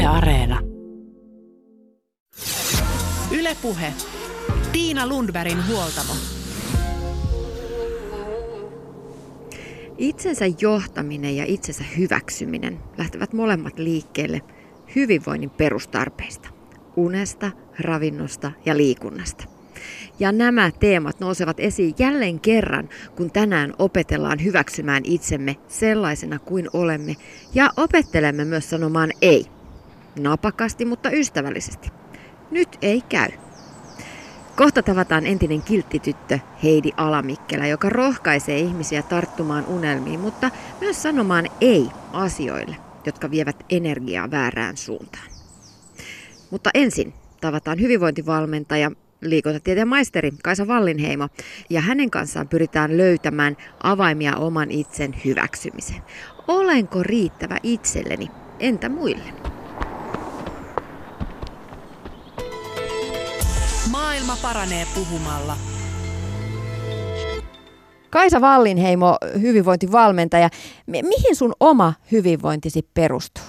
Yle Areena. Yle Puhe. Tiina Lundbergin huoltamo. Itsensä johtaminen ja itsensä hyväksyminen lähtevät molemmat liikkeelle hyvinvoinnin perustarpeista. Unesta, ravinnosta ja liikunnasta. Ja nämä teemat nousevat esiin jälleen kerran, kun tänään opetellaan hyväksymään itsemme sellaisena kuin olemme ja opettelemme myös sanomaan ei. Napakasti, mutta ystävällisesti. Nyt ei käy. Kohta tavataan entinen kilttityttö Heidi Alamikkelä, joka rohkaisee ihmisiä tarttumaan unelmiin, mutta myös sanomaan ei asioille, jotka vievät energiaa väärään suuntaan. Mutta ensin tavataan hyvinvointivalmentaja, liikuntatieteen maisteri Kaisa Wallinheimo, ja hänen kanssaan pyritään löytämään avaimia oman itsen hyväksymiseen. Olenko riittävä itselleni, entä muille? Maailma paranee puhumalla. Kaisa Wallinheimo, hyvinvointivalmentaja. Mihin sun oma hyvinvointisi perustuu?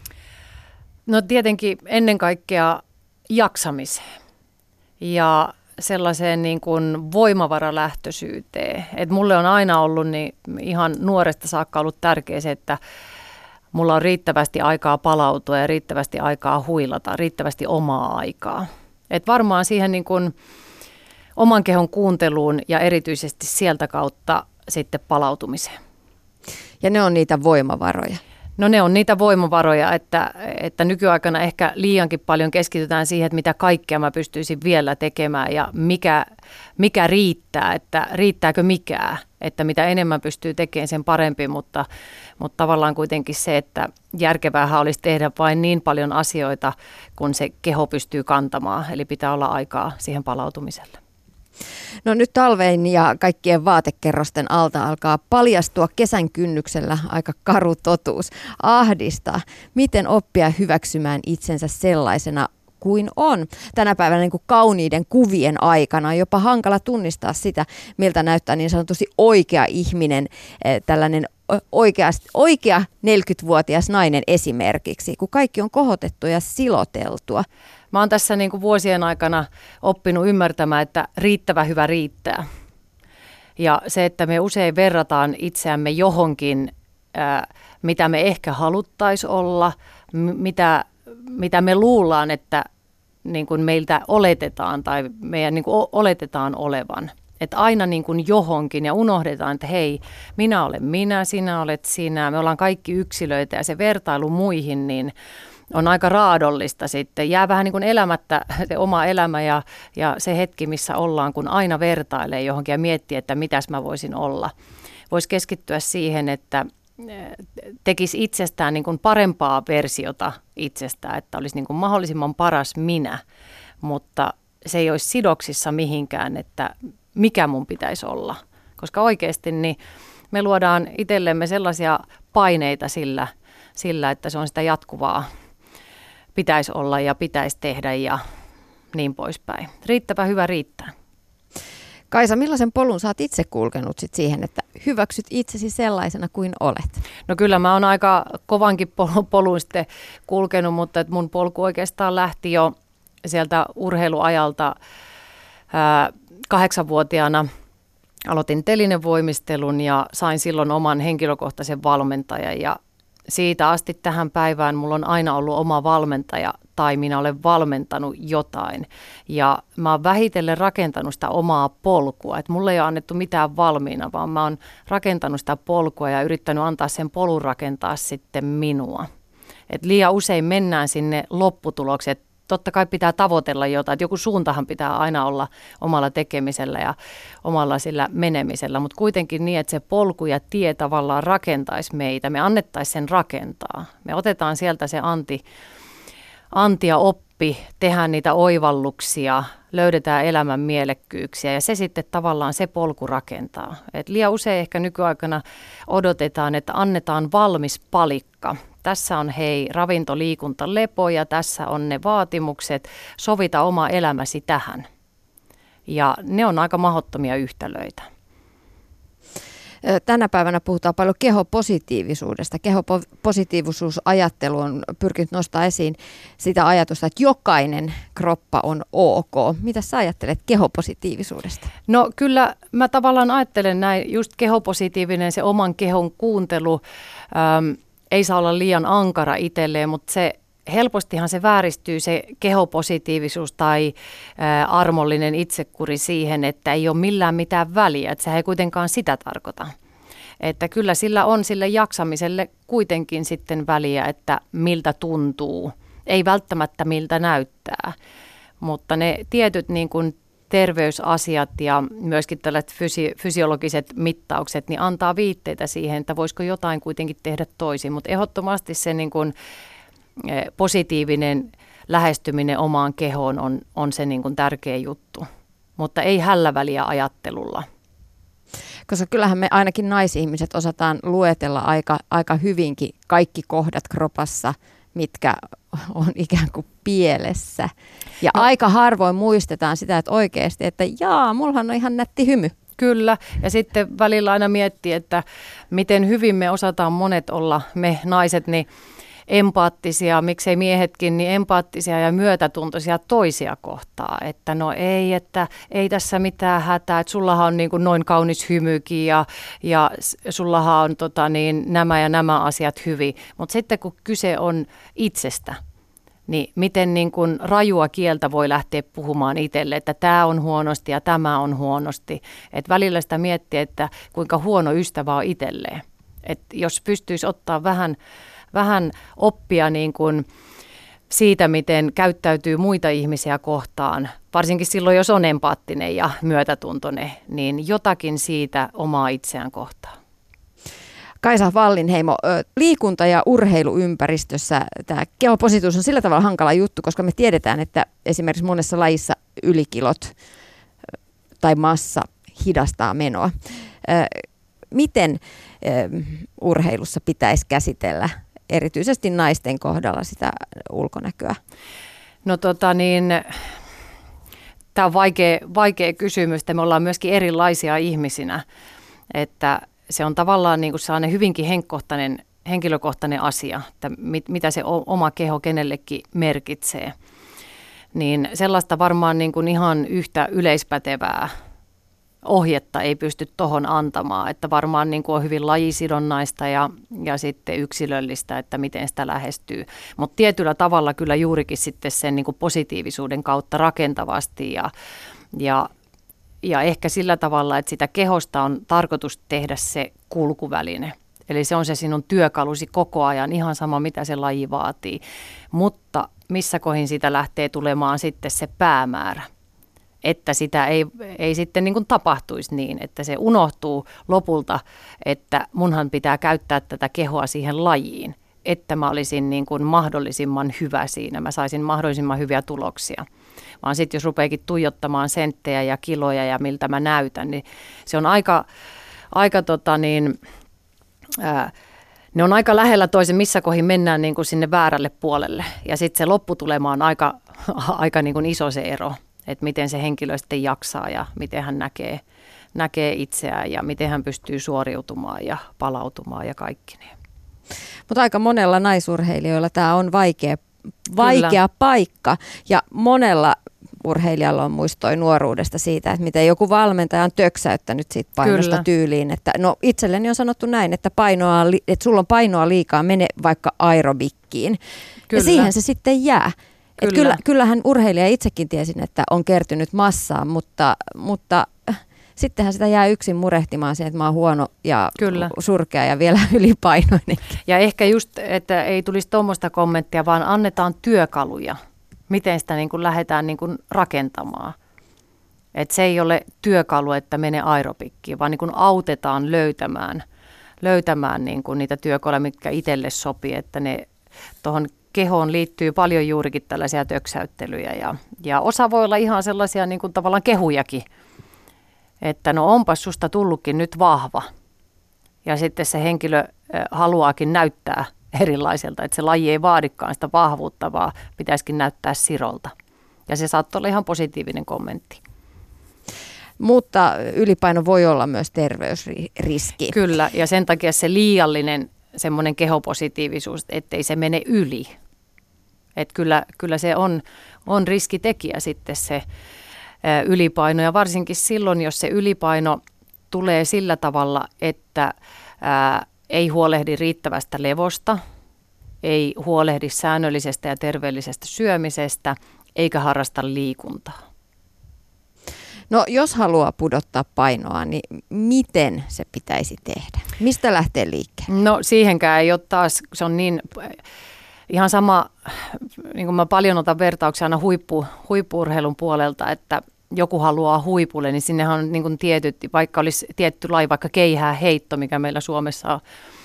No tietenkin ennen kaikkea jaksamiseen ja sellaiseen niin kuin voimavaralähtöisyyteen. Et mulle on aina ollut niin ihan nuoresta saakka ollut tärkeää se, että mulla on riittävästi aikaa palautua ja riittävästi aikaa huilata, riittävästi omaa aikaa. Et varmaan siihen niin kuin oman kehon kuunteluun ja erityisesti sieltä kautta sitten palautumiseen. Ja ne on niitä voimavaroja. No ne on niitä voimavaroja, että nykyaikana ehkä liiankin paljon keskitytään siihen, että mitä kaikkea mä pystyisin vielä tekemään ja mikä riittää, että riittääkö mikään, että mitä enemmän pystyy tekemään sen parempi, mutta tavallaan kuitenkin se, että järkeväähän olisi tehdä vain niin paljon asioita, kun se keho pystyy kantamaan, eli pitää olla aikaa siihen palautumiselle. No nyt talven ja kaikkien vaatekerrosten alta alkaa paljastua kesän kynnyksellä aika karu totuus. Ahdistaa. Miten oppia hyväksymään itsensä sellaisena kuin on? Tänä päivänä niin kuin kauniiden kuvien aikana on jopa hankala tunnistaa sitä, miltä näyttää niin sanotusti oikea ihminen, tällainen oikea 40-vuotias nainen esimerkiksi, kun kaikki on kohotettu ja siloteltua. Mä oon tässä niin kuin vuosien aikana oppinut ymmärtämään, että riittävä hyvä riittää. Ja se, että me usein verrataan itseämme johonkin, mitä me ehkä haluttaisiin olla, mitä me luullaan, että niin kuin meiltä oletetaan tai meidän niin kuin oletetaan olevan. Että aina niin kuin johonkin ja unohdetaan, että hei, minä olen minä, sinä olet sinä, me ollaan kaikki yksilöitä ja se vertailu muihin niin on aika raadollista sitten. Jää vähän niin kuin elämättä se oma elämä ja se hetki, missä ollaan, kun aina vertailee johonkin ja miettii, että mitäs mä voisin olla. Voisi keskittyä siihen, että tekisi itsestään niin kuin parempaa versiota itsestään, että olisi niin kuin mahdollisimman paras minä, mutta se ei olisi sidoksissa mihinkään, että mikä mun pitäisi olla. Koska oikeasti niin me luodaan itsellemme sellaisia paineita sillä, että se on sitä jatkuvaa. Pitäisi olla ja pitäisi tehdä ja niin poispäin. Riittävä hyvä riittää. Kaisa, millaisen polun sä oot itse kulkenut sit siihen, että hyväksyt itsesi sellaisena kuin olet? No kyllä mä oon aika kovankin polun sitten kulkenut, mutta et mun polku oikeastaan lähti jo sieltä urheiluajalta 8-vuotiaana. Aloitin telinevoimistelun ja sain silloin oman henkilökohtaisen valmentajan ja siitä asti tähän päivään mulla on aina ollut oma valmentaja tai minä olen valmentanut jotain. Ja mä oon vähitellen rakentanut sitä omaa polkua. Et mulle ei ole annettu mitään valmiina, vaan mä oon rakentanut sitä polkua ja yrittänyt antaa sen polun rakentaa sitten minua. Et liian usein mennään sinne lopputulokseen. Totta kai pitää tavoitella jotain, että joku suuntahan pitää aina olla omalla tekemisellä ja omalla sillä menemisellä, mutta kuitenkin niin, että se polku ja tie tavallaan rakentaisi meitä, me annettaisiin sen rakentaa. Me otetaan sieltä se anti ja oppi, tehdään niitä oivalluksia, löydetään elämän mielekkyyksiä ja se sitten tavallaan se polku rakentaa. Et liian usein ehkä nykyaikana odotetaan, että annetaan valmis palikka. Tässä on hei ravinto, liikunta, lepo ja tässä on ne vaatimukset, sovita oma elämäsi tähän. Ja ne on aika mahdottomia yhtälöitä. Tänä päivänä puhutaan paljon kehopositiivisuudesta. Kehopositiivisuusajattelu on pyrkinyt nostaa esiin sitä ajatusta, että jokainen kroppa on ok. Mitä sä ajattelet kehopositiivisuudesta? No kyllä mä tavallaan ajattelen näin, just kehopositiivinen, se oman kehon kuuntelu ei saa olla liian ankara itselleen, mutta se helpostihan se vääristyy se kehopositiivisuus tai armollinen itsekuri siihen, että ei ole millään mitään väliä, että sehän ei kuitenkaan sitä tarkoita. Että kyllä sillä on sille jaksamiselle kuitenkin sitten väliä, että miltä tuntuu, ei välttämättä miltä näyttää, mutta ne tietyt niin kuin terveysasiat ja myöskin tällaiset fysiologiset mittaukset, niin antaa viitteitä siihen, että voisiko jotain kuitenkin tehdä toisin, mutta ehdottomasti se niin kuin positiivinen lähestyminen omaan kehoon on se niin kuin tärkeä juttu, mutta ei hälläväliä ajattelulla. Koska kyllähän me ainakin naisihmiset osataan luetella aika hyvinkin kaikki kohdat kropassa, mitkä on ikään kuin pielessä. Ja aika harvoin muistetaan sitä, että oikeasti, että mullahan on ihan nätti hymy. Kyllä, ja sitten välillä aina miettii, että miten hyvin me osataan monet olla, me naiset, niin empaattisia, miksei miehetkin, niin empaattisia ja myötätuntoisia toisia kohtaa. Että no ei, että ei tässä mitään hätää, että sullahan on niin kuin noin kaunis hymykin ja sullahan on nämä ja nämä asiat hyvin. Mutta sitten kun kyse on itsestä, niin miten niin kuin rajua kieltä voi lähteä puhumaan itselle, että tämä on huonosti ja tämä on huonosti. Et välillä sitä miettiä, että kuinka huono ystävä on itselleen. Et jos pystyisi ottaa vähän oppia niin kuin siitä, miten käyttäytyy muita ihmisiä kohtaan, varsinkin silloin, jos on empaattinen ja myötätuntoinen, niin jotakin siitä omaa itseään kohtaan. Kaisa Wallinheimo, liikunta- ja urheiluympäristössä tämä kehopositiivisuus on sillä tavalla hankala juttu, koska me tiedetään, että esimerkiksi monessa lajissa ylikilot tai massa hidastaa menoa. Miten urheilussa pitäisi käsitellä erityisesti naisten kohdalla sitä ulkonäköä? No tämä on vaikea kysymys, että me ollaan myöskin erilaisia ihmisinä, että se on tavallaan niin kuin sellainen hyvinkin henkilökohtainen asia, että mitä se oma keho kenellekin merkitsee. Niin sellaista varmaan niin kuin ihan yhtä yleispätevää ohjetta ei pysty tuohon antamaan, että varmaan niin kuin on hyvin lajisidonnaista ja sitten yksilöllistä, että miten sitä lähestyy. Mutta tietyllä tavalla kyllä juurikin sitten sen niin kuin positiivisuuden kautta rakentavasti ja ehkä sillä tavalla, että sitä kehosta on tarkoitus tehdä se kulkuväline. Eli se on se sinun työkalusi koko ajan, ihan sama mitä se laji vaatii. Mutta missä kohin sitä lähtee tulemaan sitten se päämäärä. Että sitä ei sitten niin kuin tapahtuisi niin, että se unohtuu lopulta, että munhan pitää käyttää tätä kehoa siihen lajiin, että mä olisin niin kuin mahdollisimman hyvä siinä, mä saisin mahdollisimman hyviä tuloksia. Vaan sitten jos rupeekin tuijottamaan senttejä ja kiloja ja miltä mä näytän, niin se on ne on aika lähellä toisen, missä kohin mennään niin kuin sinne väärälle puolelle. Ja sitten se lopputulema on aika niin kuin iso se ero, että miten se henkilö sitten jaksaa ja miten hän näkee itseään ja miten hän pystyy suoriutumaan ja palautumaan ja kaikki niin. Mutta aika monella naisurheilijoilla tämä on vaikea paikka ja monella urheilijalla on muistoi nuoruudesta siitä, että miten joku valmentaja on töksäyttänyt siitä painosta tyyliin. Että, no itselleni on sanottu näin, että sulla on painoa liikaa, mene vaikka aerobikkiin. Kyllä. Ja siihen se sitten jää. Kyllähän urheilija itsekin tiesin, että on kertynyt massaa, mutta sittenhän sitä jää yksin murehtimaan siihen, että mä oon huono ja surkea ja vielä ylipainoinen. Ja ehkä just, että ei tulisi tuommoista kommenttia, vaan annetaan työkaluja, miten sitä niin kuin lähdetään niin kuin rakentamaan. Että se ei ole työkalu, että mene aerobikkiin, vaan niin kuin autetaan löytämään niin kuin niitä työkaluja, mitkä itselle sopii, että ne tuohon kehoon liittyy paljon juurikin tällaisia töksäyttelyjä ja osa voi olla ihan sellaisia niin kuin tavallaan kehujakin, että no onpas susta tullutkin nyt vahva ja sitten se henkilö haluaakin näyttää erilaiselta, että se laji ei vaadikaan sitä vahvuutta, vaan pitäisikin näyttää sirolta ja se saattaa olla ihan positiivinen kommentti. Mutta ylipaino voi olla myös terveysriski. Kyllä, ja sen takia se liiallinen semmoinen kehopositiivisuus, ettei se mene yli. Että kyllä se on riskitekijä sitten se ylipaino, ja varsinkin silloin, jos se ylipaino tulee sillä tavalla, että ei huolehdi riittävästä levosta, ei huolehdi säännöllisestä ja terveellisestä syömisestä, eikä harrasta liikuntaa. No jos haluaa pudottaa painoa, niin miten se pitäisi tehdä? Mistä lähtee liikkeelle? No siihenkään ei ole taas, se on niin ihan sama, niin kuin mä paljon otan vertauksia aina huippu-urheilun puolelta, että joku haluaa huipulle, niin sinnehän on niin kuin tietyt, vaikka olisi tietty laji, vaikka keihää heitto, mikä meillä Suomessa on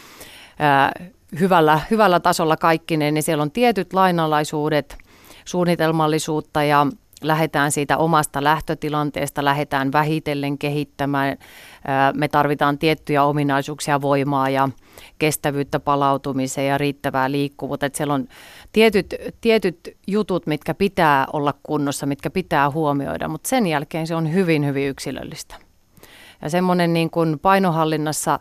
hyvällä tasolla kaikkineen, niin siellä on tietyt lainalaisuudet, suunnitelmallisuutta ja lähdetään siitä omasta lähtötilanteesta, lähdetään vähitellen kehittämään. Me tarvitaan tiettyjä ominaisuuksia, voimaa ja kestävyyttä palautumiseen ja riittävää liikkuvuutta. Että siellä on tietyt jutut, mitkä pitää olla kunnossa, mitkä pitää huomioida, mutta sen jälkeen se on hyvin, hyvin yksilöllistä. Ja semmoinen niin kuin painohallinnassa,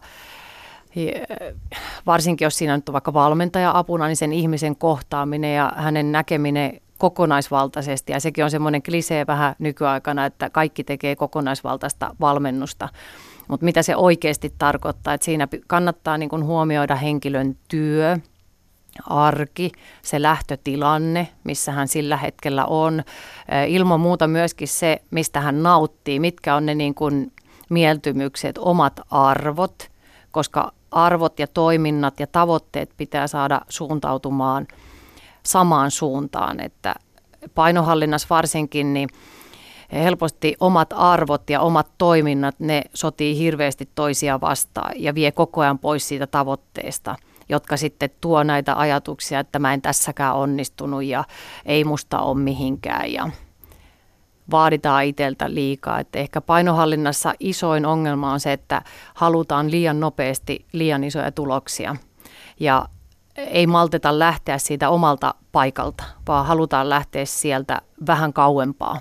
varsinkin jos siinä nyt on vaikka valmentaja apuna, niin sen ihmisen kohtaaminen ja hänen näkeminen kokonaisvaltaisesti, ja sekin on semmoinen klisee vähän nykyaikana, että kaikki tekee kokonaisvaltaista valmennusta, mutta mitä se oikeasti tarkoittaa, että siinä kannattaa niin kuin huomioida henkilön työ, arki, se lähtötilanne, missä hän sillä hetkellä on, ilman muuta myöskin se, mistä hän nauttii, mitkä on ne niin kuin mieltymykset, omat arvot, koska arvot ja toiminnat ja tavoitteet pitää saada suuntautumaan samaan suuntaan, että painohallinnassa varsinkin niin helposti omat arvot ja omat toiminnat, ne sotii hirveästi toisia vastaan ja vie koko ajan pois siitä tavoitteesta, jotka sitten tuo näitä ajatuksia, että mä en tässäkään onnistunut ja ei musta ole mihinkään ja vaaditaan itseltä liikaa. Että ehkä painohallinnassa isoin ongelma on se, että halutaan liian nopeasti liian isoja tuloksia ja ei malteta lähteä siitä omalta paikalta, vaan halutaan lähteä sieltä vähän kauempaa.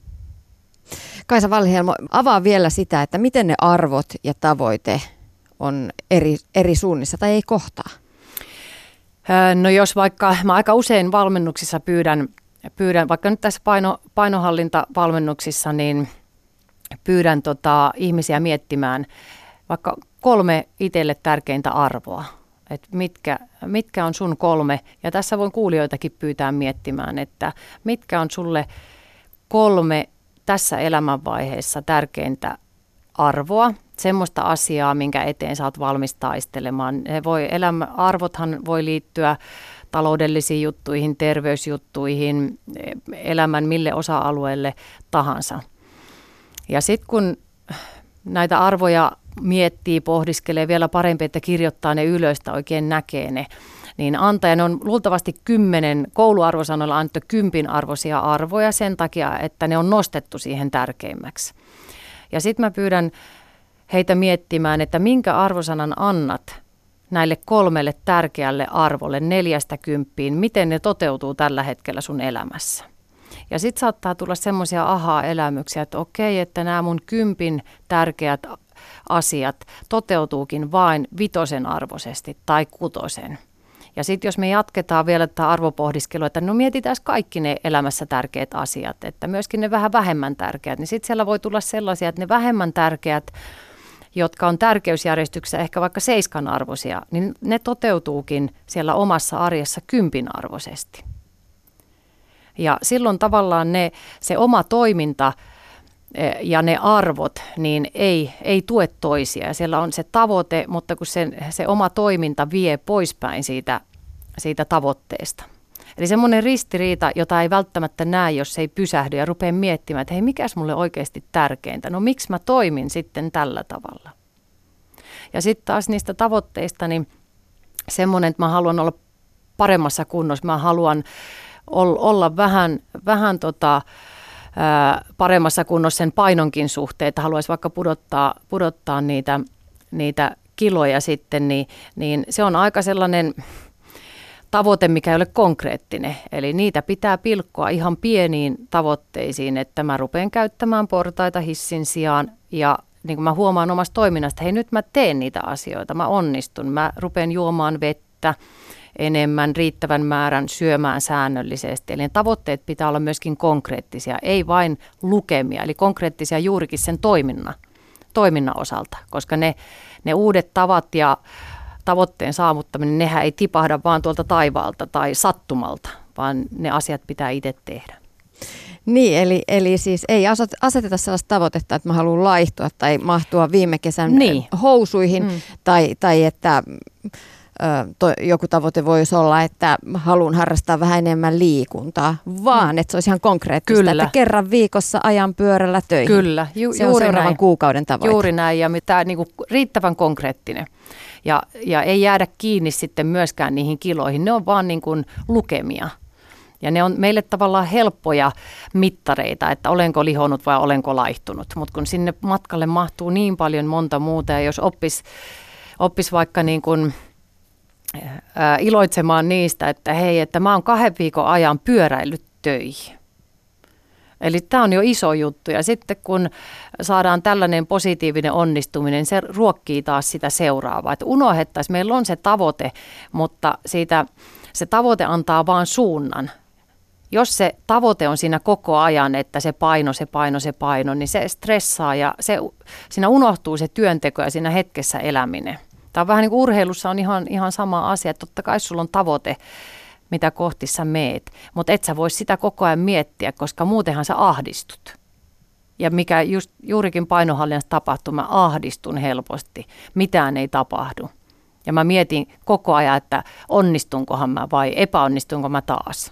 Kaisa Wallinheimo, avaa vielä sitä, että miten ne arvot ja tavoite on eri suunnissa tai ei kohtaa? No jos vaikka, mä aika usein valmennuksissa pyydän vaikka nyt tässä painohallintavalmennuksissa, niin pyydän ihmisiä miettimään vaikka 3 itselle tärkeintä arvoa. Että mitkä on sun 3, ja tässä voin kuulijoitakin pyytää miettimään, että mitkä on sulle 3 tässä elämänvaiheessa tärkeintä arvoa, semmoista asiaa, minkä eteen sä oot valmis taistelemaan. Arvothan voi liittyä taloudellisiin juttuihin, terveysjuttuihin, elämän mille osa-alueelle tahansa. Ja sitten kun näitä arvoja miettii, pohdiskelee vielä parempi, että kirjoittaa ne ylös tai oikein näkee ne, niin antaja, ne on luultavasti 10, kouluarvosanoilla annettu 10 arvoisia arvoja sen takia, että ne on nostettu siihen tärkeimmäksi. Ja sitten mä pyydän heitä miettimään, että minkä arvosanan annat näille 3 tärkeälle arvolle 40, miten ne toteutuu tällä hetkellä sun elämässä. Ja sitten saattaa tulla semmoisia aha-elämyksiä, että okei, että nämä mun 10 tärkeät asiat toteutuukin vain 5 arvoisesti tai 6. Ja sitten jos me jatketaan vielä tätä arvopohdiskelua, että no mietitään kaikki ne elämässä tärkeät asiat, että myöskin ne vähän vähemmän tärkeät, niin sitten siellä voi tulla sellaisia, että ne vähemmän tärkeät, jotka on tärkeysjärjestyksessä ehkä vaikka 7 arvoisia, niin ne toteutuukin siellä omassa arjessa 10 arvoisesti. Ja silloin tavallaan se oma toiminta ja ne arvot niin ei tue toisia. Ja siellä on se tavoite, mutta kun se oma toiminta vie poispäin siitä tavoitteesta. Eli semmoinen ristiriita, jota ei välttämättä näe, jos ei pysähdy ja rupea miettimään, että hei, mikäs mulle oikeasti tärkeintä? No miksi mä toimin sitten tällä tavalla? Ja sitten taas niistä tavoitteista, niin semmoinen, että mä haluan olla paremmassa kunnossa, mä haluan olla vähän paremmassa kunnossa sen painonkin suhteen, että haluaisi vaikka pudottaa niitä kiloja sitten, niin se on aika sellainen tavoite, mikä ei ole konkreettinen. Eli niitä pitää pilkkoa ihan pieniin tavoitteisiin, että mä rupean käyttämään portaita hissin sijaan ja niin kuin mä huomaan omasta toiminnasta, hei nyt mä teen niitä asioita, mä onnistun, mä rupean juomaan vettä enemmän, riittävän määrän, syömään säännöllisesti. Eli tavoitteet pitää olla myöskin konkreettisia, ei vain lukemia, eli konkreettisia juurikin sen toiminnan osalta, koska ne uudet tavat ja tavoitteen saavuttaminen, nehän ei tipahda vaan tuolta taivaalta tai sattumalta, vaan ne asiat pitää itse tehdä. Niin, eli siis ei aseteta sellaista tavoitetta, että mä haluan laihtua tai mahtua viime kesän housuihin, tai että joku tavoite voisi olla, että haluan harrastaa vähän enemmän liikuntaa, vaan että se olisi ihan konkreettista, Kyllä. että kerran viikossa ajan pyörällä töihin. Kyllä, se on seuraavan näin. Kuukauden tavoite. Juuri näin, ja tämä niinku riittävän konkreettinen. Ja ei jäädä kiinni sitten myöskään niihin kiloihin, ne on vaan niin kuin lukemia. Ja ne on meille tavallaan helppoja mittareita, että olenko lihonnut vai olenko laihtunut. Mutta kun sinne matkalle mahtuu niin paljon monta muuta, ja jos oppis vaikka niin kuin, iloitsemaan niistä, että hei, että mä oon 2 viikon ajan pyöräillyt töihin. Eli tämä on jo iso juttu, ja sitten kun saadaan tällainen positiivinen onnistuminen, se ruokkii taas sitä seuraavaa. Että unohdettaisiin, meillä on se tavoite, mutta se tavoite antaa vaan suunnan. Jos se tavoite on siinä koko ajan, että se paino, niin se stressaa ja siinä unohtuu se työnteko ja siinä hetkessä eläminen. Tämä on vähän niin kuin urheilussa on ihan sama asia, että totta kai sulla on tavoite, mitä kohti sä meet, mutta et sä voi sitä koko ajan miettiä, koska muutenhan sä ahdistut. Ja mikä juurikin painonhallinnassa tapahtuu, mä ahdistun helposti, mitään ei tapahdu. Ja mä mietin koko ajan, että onnistunkohan mä vai epäonnistunko mä taas.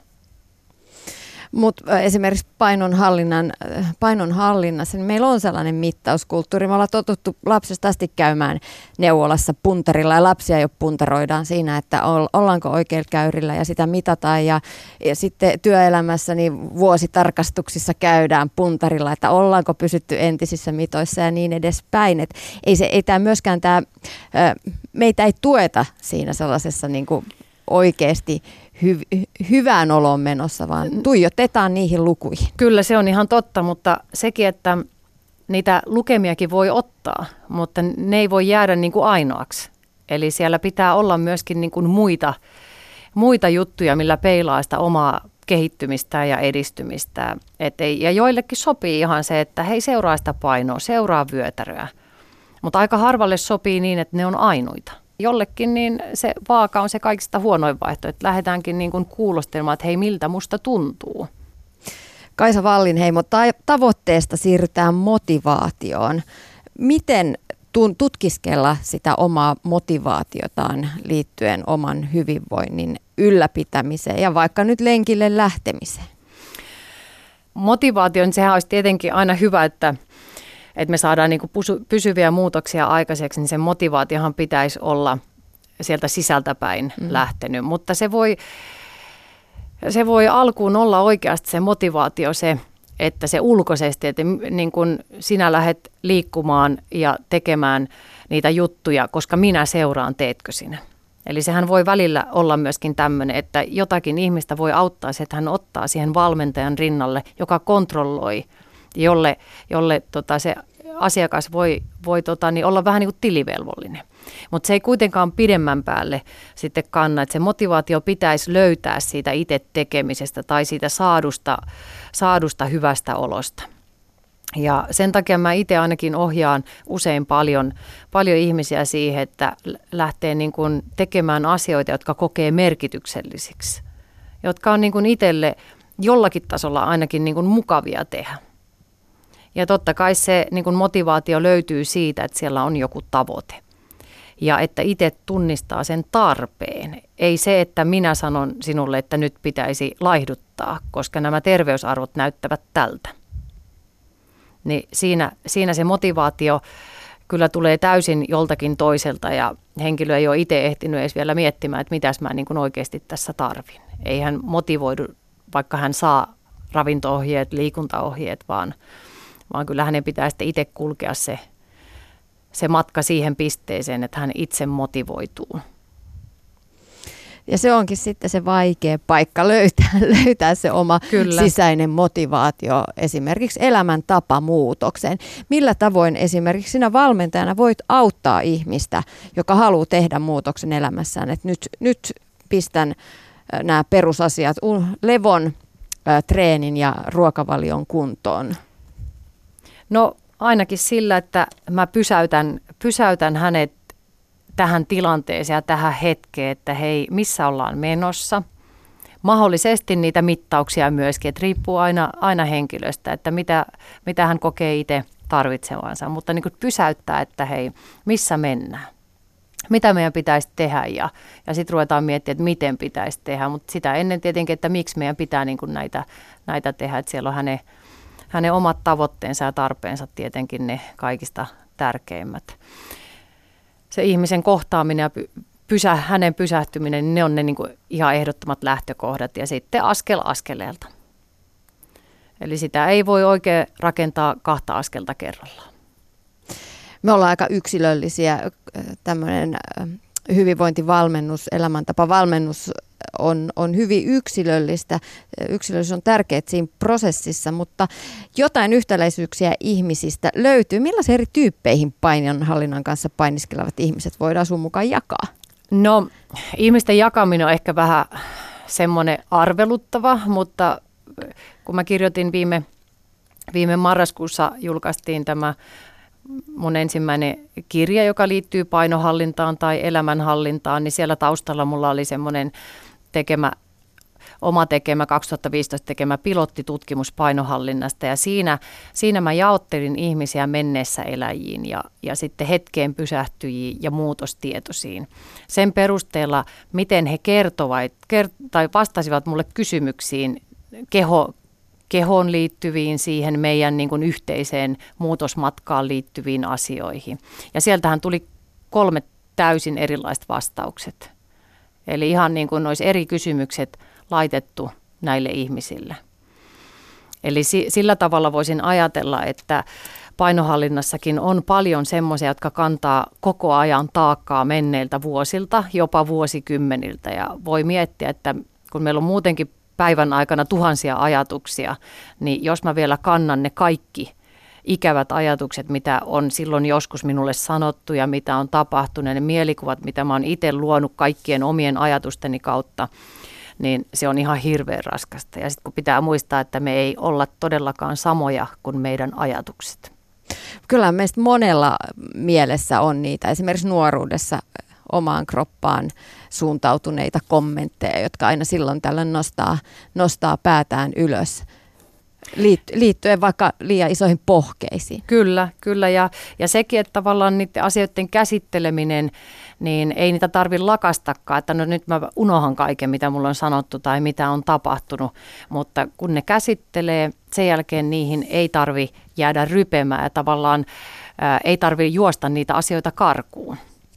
Mutta esimerkiksi painonhallinnassa niin meillä on sellainen mittauskulttuuri. Me ollaan totuttu lapsesta asti käymään neuvolassa puntarilla ja lapsia jo puntaroidaan siinä, että ollaanko oikealla käyrillä ja sitä mitataan. Ja sitten työelämässä niin vuositarkastuksissa käydään puntarilla, että ollaanko pysytty entisissä mitoissa ja niin edespäin. Et ei tämä myöskään meitä ei tueta siinä sellaisessa niin kuin oikeasti hyvään oloon menossa, vaan tuijotetaan niihin lukuihin. Kyllä se on ihan totta, mutta sekin, että niitä lukemiakin voi ottaa, mutta ne ei voi jäädä niin kuin ainoaksi. Eli siellä pitää olla myöskin niin kuin muita juttuja, millä peilaa sitä omaa kehittymistä ja edistymistä. Ja joillekin sopii ihan se, että hei, seuraa sitä painoa, seuraa vyötäröä. Mutta aika harvalle sopii niin, että ne on ainoita. Jollekin niin se vaaka on se kaikista huonoin vaihtoehto, että lähdetäänkin niin kuin kuulostelemaan, että hei, miltä musta tuntuu. Kaisa Wallinheimo, tavoitteesta siirrytään motivaatioon. Miten tutkiskella sitä omaa motivaatiotaan liittyen oman hyvinvoinnin ylläpitämiseen ja vaikka nyt lenkille lähtemiseen? Motivaatio, niin sehän olisi tietenkin aina hyvä, että me saadaan niin kuin pysyviä muutoksia aikaiseksi, niin sen motivaatiohan pitäisi olla sieltä sisältäpäin lähtenyt. Mutta se voi alkuun olla oikeasti se motivaatio se, että se ulkoisesti, että niin kuin sinä lähdet liikkumaan ja tekemään niitä juttuja, koska minä seuraan, teetkö sinä. Eli sehän voi välillä olla myöskin tämmöinen, että jotakin ihmistä voi auttaa se, että hän ottaa siihen valmentajan rinnalle, joka kontrolloi, jolle se asiakas voi olla vähän niin kuin tilivelvollinen. Mutta se ei kuitenkaan pidemmän päälle sitten kanna, että se motivaatio pitäisi löytää siitä itse tekemisestä tai siitä saadusta hyvästä olosta. Ja sen takia mä itse ainakin ohjaan usein paljon ihmisiä siihen, että lähtee niin kuin tekemään asioita, jotka kokee merkityksellisiksi, jotka on niin kuin itselle jollakin tasolla ainakin niin kuin mukavia tehdä. Ja totta kai se niin kuin motivaatio löytyy siitä, että siellä on joku tavoite ja että itse tunnistaa sen tarpeen. Ei se, että minä sanon sinulle, että nyt pitäisi laihduttaa, koska nämä terveysarvot näyttävät tältä. Niin siinä se motivaatio kyllä tulee täysin joltakin toiselta ja henkilö ei ole itse ehtinyt edes vielä miettimään, että mitäs mä niin kuin oikeasti tässä tarvin. Ei hän motivoidu, vaikka hän saa ravinto-ohjeet, liikuntaohjeet, vaan kyllä hänen pitää sitten itse kulkea se matka siihen pisteeseen, että hän itse motivoituu. Ja se onkin sitten se vaikea paikka löytää se oma sisäinen motivaatio esimerkiksi elämäntapamuutokseen. Millä tavoin esimerkiksi sinä valmentajana voit auttaa ihmistä, joka haluaa tehdä muutoksen elämässään, että nyt pistän nämä perusasiat, levon, treenin ja ruokavalion kuntoon? No ainakin sillä, että mä pysäytän hänet tähän tilanteeseen ja tähän hetkeen, että hei, missä ollaan menossa. Mahdollisesti niitä mittauksia myöskin, että riippuu aina henkilöstä, että mitä hän kokee itse tarvitsevansa, mutta niin kuin pysäyttää, että hei, missä mennään. Mitä meidän pitäisi tehdä ja sitten ruvetaan miettimään, että miten pitäisi tehdä, mutta sitä ennen tietenkin, että miksi meidän pitää niin kuin näitä tehdä, että siellä on hänen omat tavoitteensa ja tarpeensa tietenkin ne kaikista tärkeimmät. Se ihmisen kohtaaminen ja hänen pysähtyminen, niin ne on ne niin kuin ihan ehdottomat lähtökohdat ja sitten askel askeleelta. Eli sitä ei voi oikein rakentaa 2 askelta kerrallaan. Me ollaan aika yksilöllisiä. Tämmöinen hyvinvointivalmennus, elämäntapavalmennus on hyvin yksilöllistä. Yksilöllisyys on tärkeää siinä prosessissa, mutta jotain yhtäläisyyksiä ihmisistä löytyy. Millaisiin eri tyyppeihin painonhallinnan kanssa painiskelevat ihmiset voidaan sun mukaan jakaa? No, ihmisten jakaminen on ehkä vähän semmoinen arveluttava, mutta kun mä kirjoitin viime marraskuussa, julkaistiin tämä mun ensimmäinen kirja, joka liittyy painohallintaan tai elämänhallintaan, niin siellä taustalla mulla oli semmoinen oma tekemä 2015 tekemä pilottitutkimus painohallinnasta ja siinä mä jaottelin ihmisiä menneessä eläjiin ja sitten hetkeen pysähtyjiin ja muutostietoisiin. Sen perusteella, miten he tai vastasivat mulle kysymyksiin kehoon liittyviin, siihen meidän niin kuin yhteiseen muutosmatkaan liittyviin asioihin. Ja sieltähän tuli 3 täysin erilaiset vastaukset. Eli ihan niin kuin olisi eri kysymykset laitettu näille ihmisille. Eli sillä tavalla voisin ajatella, että painohallinnassakin on paljon semmoisia, jotka kantaa koko ajan taakkaa menneiltä vuosilta, jopa vuosikymmeniltä. Ja voi miettiä, että kun meillä on muutenkin päivän aikana tuhansia ajatuksia, niin jos mä vielä kannan ne kaikki ikävät ajatukset, mitä on silloin joskus minulle sanottu ja mitä on tapahtunut, ne mielikuvat, mitä mä oon itse luonut kaikkien omien ajatusteni kautta, niin se on ihan hirveän raskasta. Ja sitten kun pitää muistaa, että me ei olla todellakaan samoja kuin meidän ajatukset. Kyllä meistä monella mielessä on niitä, esimerkiksi nuoruudessa omaan kroppaan suuntautuneita kommentteja, jotka aina silloin tällöin nostaa päätään ylös, liittyen vaikka liian isoihin pohkeisiin. Kyllä. Ja sekin, että tavallaan niiden asioiden käsitteleminen, niin ei niitä tarvitse lakastakaan, että no nyt mä unohan kaiken, mitä mulla on sanottu tai mitä on tapahtunut, mutta kun ne käsittelee, sen jälkeen niihin ei tarvitse jäädä rypemään ja tavallaan ei tarvitse juosta niitä asioita karkuun.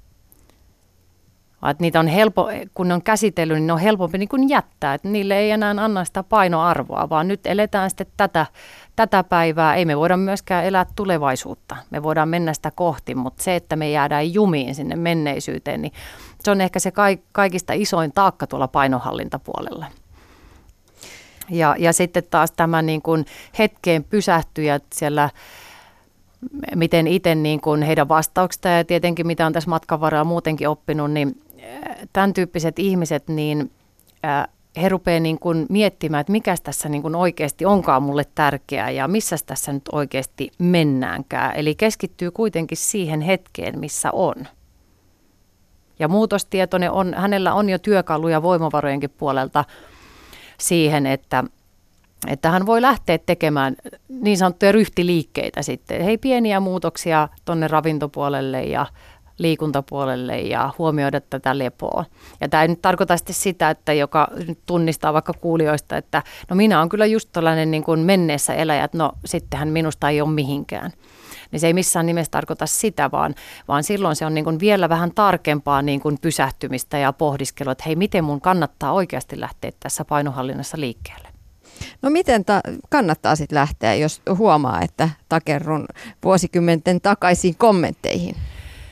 Että niitä on kun ne on käsitellyt, niin ne on helpompi niin kuin jättää, että niille ei enää anna sitä painoarvoa, vaan nyt eletään sitten tätä päivää. Ei me voida myöskään elää tulevaisuutta, me voidaan mennä sitä kohti, mutta se, että me jäädään jumiin sinne menneisyyteen, niin se on ehkä se kaikista isoin taakka tuolla painohallintapuolella. Ja sitten taas tämä niin kuin hetkeen pysähtyjät siellä, miten itse niin kuin heidän vastauksista ja tietenkin mitä on tässä matkan varrella muutenkin oppinut, niin tämän tyyppiset ihmiset, niin he rupeavat niin kuin miettimään, että mikä tässä niin kuin oikeasti onkaan mulle tärkeää ja missä tässä nyt oikeasti mennäänkään. Eli keskittyy kuitenkin siihen hetkeen, missä on. Ja muutostietoinen hänellä on jo työkaluja voimavarojenkin puolelta siihen, että hän voi lähteä tekemään niin sanottuja ryhtiliikkeitä sitten. Hei, pieniä muutoksia tuonne ravintopuolelle ja liikuntapuolelle ja huomioida tätä lepoa. Ja tämä ei nyt tarkoita sitten sitä, että joka nyt tunnistaa vaikka kuulijoista, että no minä olen kyllä just tällainen niin kuin menneessä eläjä, että no sittenhän minusta ei ole mihinkään. Niin se ei missään nimessä tarkoita sitä, vaan silloin se on niin kuin vielä vähän tarkempaa niin kuin pysähtymistä ja pohdiskelua, että hei, miten mun kannattaa oikeasti lähteä tässä painohallinnassa liikkeelle. No miten kannattaa sitten lähteä, jos huomaa, että takerrun vuosikymmenten takaisiin kommentteihin?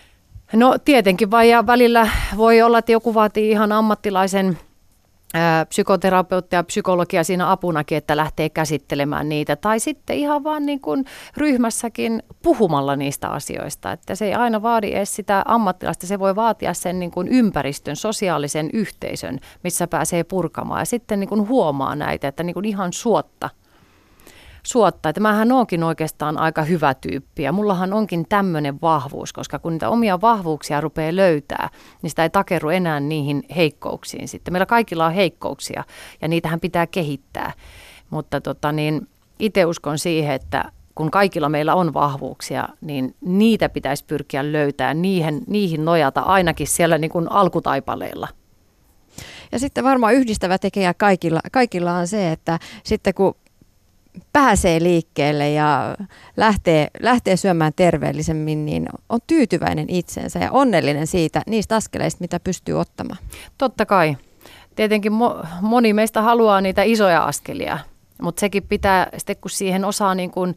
No tietenkin vaan, ja välillä voi olla, että joku vaatii ihan ammattilaisen psykoterapeuttia ja psykologia siinä apunakin, että lähtee käsittelemään niitä. Tai sitten ihan vaan niin kuin ryhmässäkin puhumalla niistä asioista. Että se ei aina vaadi edes sitä ammattilaista, se voi vaatia sen niin kuin ympäristön, sosiaalisen yhteisön, missä pääsee purkamaan. Ja sitten niin kuin huomaa näitä, että niin kuin ihan suotta. Että mähän onkin oikeastaan aika hyvä tyyppi ja mullahan onkin tämmöinen vahvuus, koska kun niitä omia vahvuuksia rupeaa löytää, niin sitä ei takerru enää niihin heikkouksiin sitten. Meillä kaikilla on heikkouksia ja niitähän pitää kehittää, mutta itse uskon siihen, että kun kaikilla meillä on vahvuuksia, niin niitä pitäisi pyrkiä löytämään, niihin nojata ainakin siellä niin kuin alkutaipaleilla. Ja sitten varmaan yhdistävä tekijä kaikilla on se, että sitten kun pääsee liikkeelle ja lähtee syömään terveellisemmin, niin on tyytyväinen itsensä ja onnellinen niistä askeleista, mitä pystyy ottamaan. Totta kai. Tietenkin moni meistä haluaa niitä isoja askelia, mutta sekin pitää sitten, kun siihen osaa, niin kuin,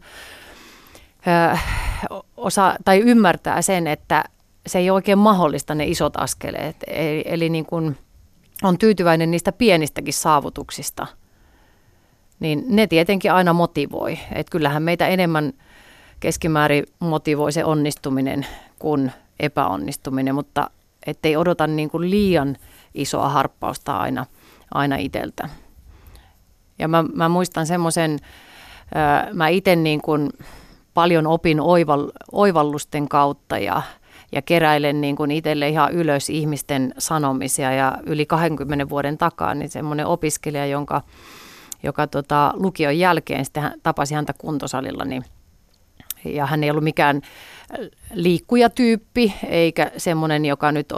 tai ymmärtää sen, että se ei ole oikein mahdollista ne isot askeleet. Eli niin kuin on tyytyväinen niistä pienistäkin saavutuksista. Niin ne tietenkin aina motivoi. Että kyllähän meitä enemmän keskimäärin motivoi se onnistuminen kuin epäonnistuminen, mutta ettei odota niin kuin liian isoa harppausta aina itseltä. Ja mä muistan semmoisen, mä itse niin kuin paljon opin oivallusten kautta ja keräilen niin kuin itselle ihan ylös ihmisten sanomisia. Ja yli 20 vuoden takaa niin semmoinen opiskelija, joka lukion jälkeen sitten tapasi häntä kuntosalilla, niin, ja hän ei ollut mikään liikkujatyyppi, eikä semmoinen, joka nyt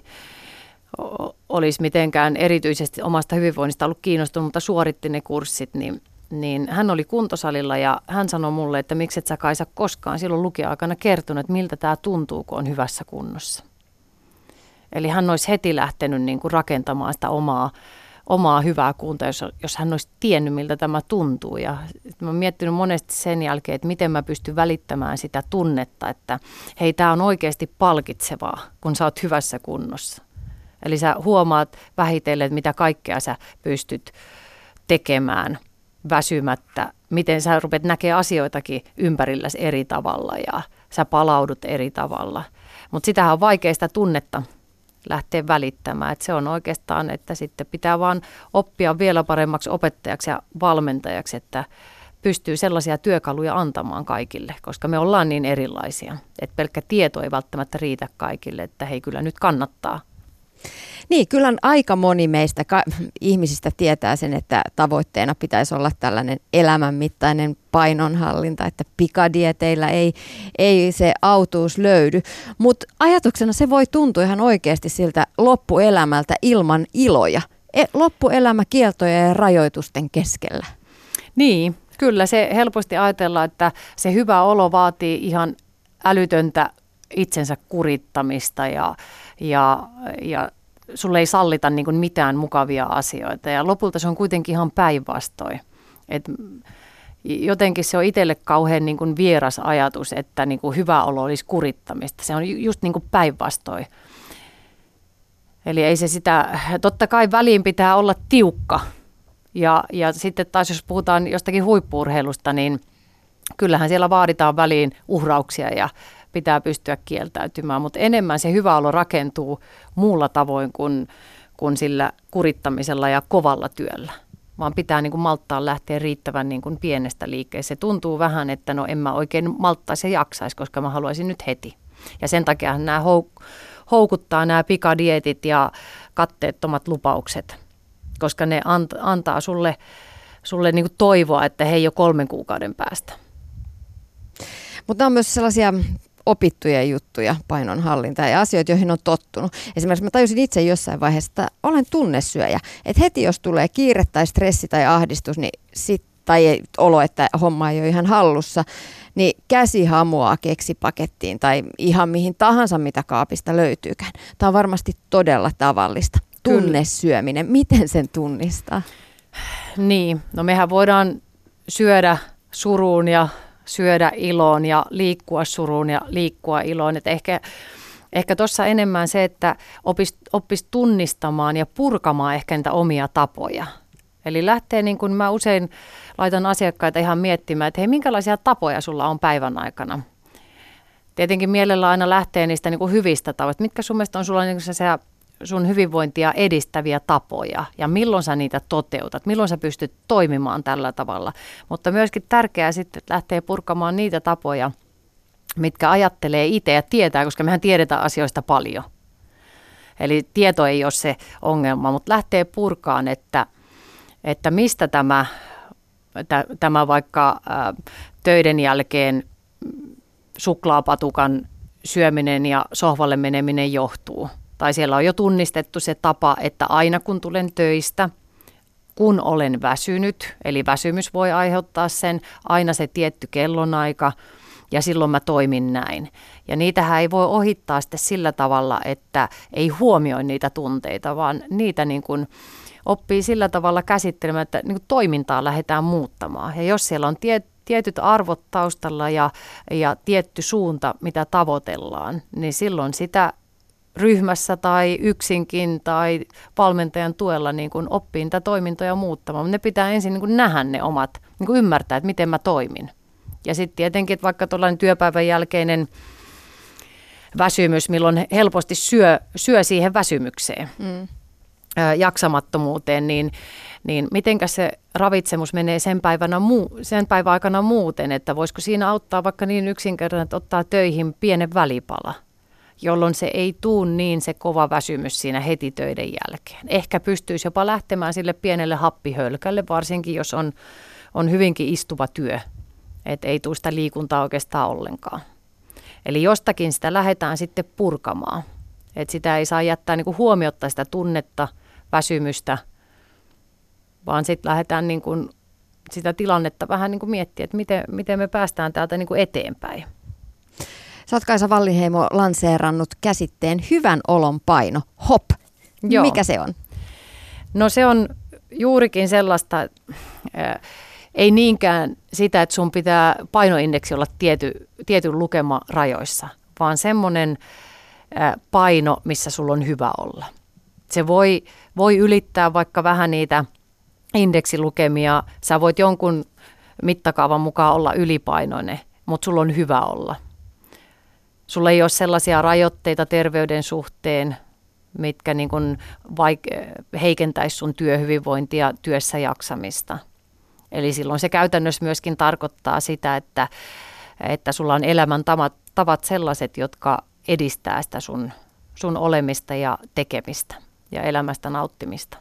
olisi mitenkään erityisesti omasta hyvinvoinnista ollut kiinnostunut, mutta suoritti ne kurssit, niin hän oli kuntosalilla ja hän sanoi mulle, että miksi et sä Kaisa koskaan silloin lukion-aikana kertonut, että miltä tämä tuntuu, kun on hyvässä kunnossa. Eli hän olisi heti lähtenyt niin kuin rakentamaan sitä omaa hyvää kuntoa, jos hän olisi tiennyt, miltä tämä tuntuu. Ja mä oon miettinyt monesti sen jälkeen, että miten mä pystyn välittämään sitä tunnetta, että hei, tämä on oikeasti palkitsevaa, kun sä oot hyvässä kunnossa. Eli sä huomaat vähitellen, että mitä kaikkea sä pystyt tekemään väsymättä, miten sä rupeat näkemään asioitakin ympärilläsi eri tavalla ja sä palaudut eri tavalla. Mutta sitähän on vaikea sitä tunnetta lähteä välittämään. Et se on oikeastaan, että sitten pitää vaan oppia vielä paremmaksi opettajaksi ja valmentajaksi, että pystyy sellaisia työkaluja antamaan kaikille, koska me ollaan niin erilaisia, että pelkkä tieto ei välttämättä riitä kaikille, että hei, kyllä nyt kannattaa. Niin, kyllä aika moni meistä ihmisistä tietää sen, että tavoitteena pitäisi olla tällainen elämänmittainen painonhallinta, että pikadieteillä ei se autuus löydy. Mutta ajatuksena se voi tuntua ihan oikeasti siltä loppuelämältä ilman iloja. Loppuelämä kieltojen ja rajoitusten keskellä. Niin, kyllä se helposti ajatellaan, että se hyvä olo vaatii ihan älytöntä itsensä kurittamista ja sulle ei sallita niin kuin mitään mukavia asioita ja lopulta se on kuitenkin ihan päinvastoin. Et jotenkin se on itselle kauhean niin kuin vieras ajatus, että niin kuin hyvä olo olisi kurittamista. Se on just niin kuin päinvastoin. Eli ei se sitä, totta kai väliin pitää olla tiukka ja sitten taas jos puhutaan jostakin huippu-urheilusta, niin kyllähän siellä vaaditaan väliin uhrauksia ja pitää pystyä kieltäytymään, mutta enemmän se hyvä olo rakentuu muulla tavoin kuin sillä kurittamisella ja kovalla työllä, vaan pitää niin kuin malttaa lähteä riittävän niin kuin pienestä liikkeestä. Se tuntuu vähän, että no en mä oikein malttaisi ja jaksaisi, koska mä haluaisin nyt heti. Ja sen takia nämä houkuttaa nämä pikadietit ja katteettomat lupaukset, koska ne antaa sulle niin kuin toivoa, että hei jo 3 kuukauden päästä. Mutta on myös sellaisia opittuja juttuja, painonhallinta ja asioita, joihin on tottunut. Esimerkiksi mä tajusin itse jossain vaiheessa, että olen tunnesyöjä. Että heti jos tulee kiire tai stressi tai ahdistus, niin tai olo, että homma ei ole ihan hallussa, niin käsi hamuaa keksipakettiin tai ihan mihin tahansa, mitä kaapista löytyykään. Tämä on varmasti todella tavallista. Tunnesyöminen, miten sen tunnistaa? Niin, no mehän voidaan syödä suruun ja syödä iloon ja liikkua suruun ja liikkua iloon. Että Ehkä tuossa enemmän se, että oppisi tunnistamaan ja purkamaan ehkä niitä omia tapoja. Eli lähtee, niin kuin mä usein laitan asiakkaita ihan miettimään, että hei, minkälaisia tapoja sulla on päivän aikana. Tietenkin mielellä aina lähtee niistä niin kuin hyvistä tavoista. Mitkä sun mielestä on sulla niin kuin sun hyvinvointia edistäviä tapoja ja milloin sä niitä toteutat, milloin sä pystyt toimimaan tällä tavalla. Mutta myöskin tärkeää sitten, että lähtee purkamaan niitä tapoja, mitkä ajattelee itse ja tietää, koska mehän tiedetään asioista paljon. Eli tieto ei ole se ongelma, mutta lähtee purkaan, että mistä tämä vaikka töiden jälkeen suklaapatukan syöminen ja sohvalle meneminen johtuu. Tai siellä on jo tunnistettu se tapa, että aina kun tulen töistä, kun olen väsynyt, eli väsymys voi aiheuttaa sen, aina se tietty kellonaika, ja silloin mä toimin näin. Ja niitähän ei voi ohittaa sitten sillä tavalla, että ei huomioi niitä tunteita, vaan niitä niin kuin oppii sillä tavalla käsittelemään, että niin kuin toimintaa lähdetään muuttamaan. Ja jos siellä on tietyt arvot taustalla ja tietty suunta, mitä tavoitellaan, niin silloin sitä ryhmässä tai yksinkin tai valmentajan tuella niin kuin oppii niitä toimintoja muuttamaan. Ne pitää ensin niin kuin nähdä ne omat, niin kuin ymmärtää, että miten mä toimin. Ja sitten tietenkin, että vaikka tuollainen työpäivän jälkeinen väsymys, milloin helposti syö siihen väsymykseen, jaksamattomuuteen, niin mitenkäs se ravitsemus menee sen päivän aikana muuten, että voisiko siinä auttaa vaikka niin yksinkertainen, että ottaa töihin pienen välipala, jolloin se ei tule niin se kova väsymys siinä heti töiden jälkeen. Ehkä pystyisi jopa lähtemään sille pienelle happihölkälle, varsinkin jos on hyvinkin istuva työ, että ei tule sitä liikuntaa oikeastaan ollenkaan. Eli jostakin sitä lähdetään sitten purkamaan, että sitä ei saa jättää niin kuin huomiotta sitä tunnetta, väsymystä, vaan sitten lähdetään niin kuin sitä tilannetta vähän niin kuin miettiä, että miten me päästään täältä niin kuin eteenpäin. Sä oot, Kaisa Wallinheimo, lanseerannut käsitteen hyvän olon paino, HOP. Joo. Mikä se on? No se on juurikin sellaista, ei niinkään sitä, että sun pitää painoindeksi olla tietyn lukema rajoissa, vaan semmoinen paino, missä sulla on hyvä olla. Se voi ylittää vaikka vähän niitä indeksilukemia. Sä voit jonkun mittakaavan mukaan olla ylipainoinen, mutta sulla on hyvä olla. Sulla ei ole sellaisia rajoitteita terveyden suhteen, mitkä niin kuin heikentäisi sun työhyvinvointia, työssä jaksamista. Eli silloin se käytännössä myöskin tarkoittaa sitä, että sulla on elämäntavat sellaiset, jotka edistää sitä sun olemista ja tekemistä ja elämästä nauttimista.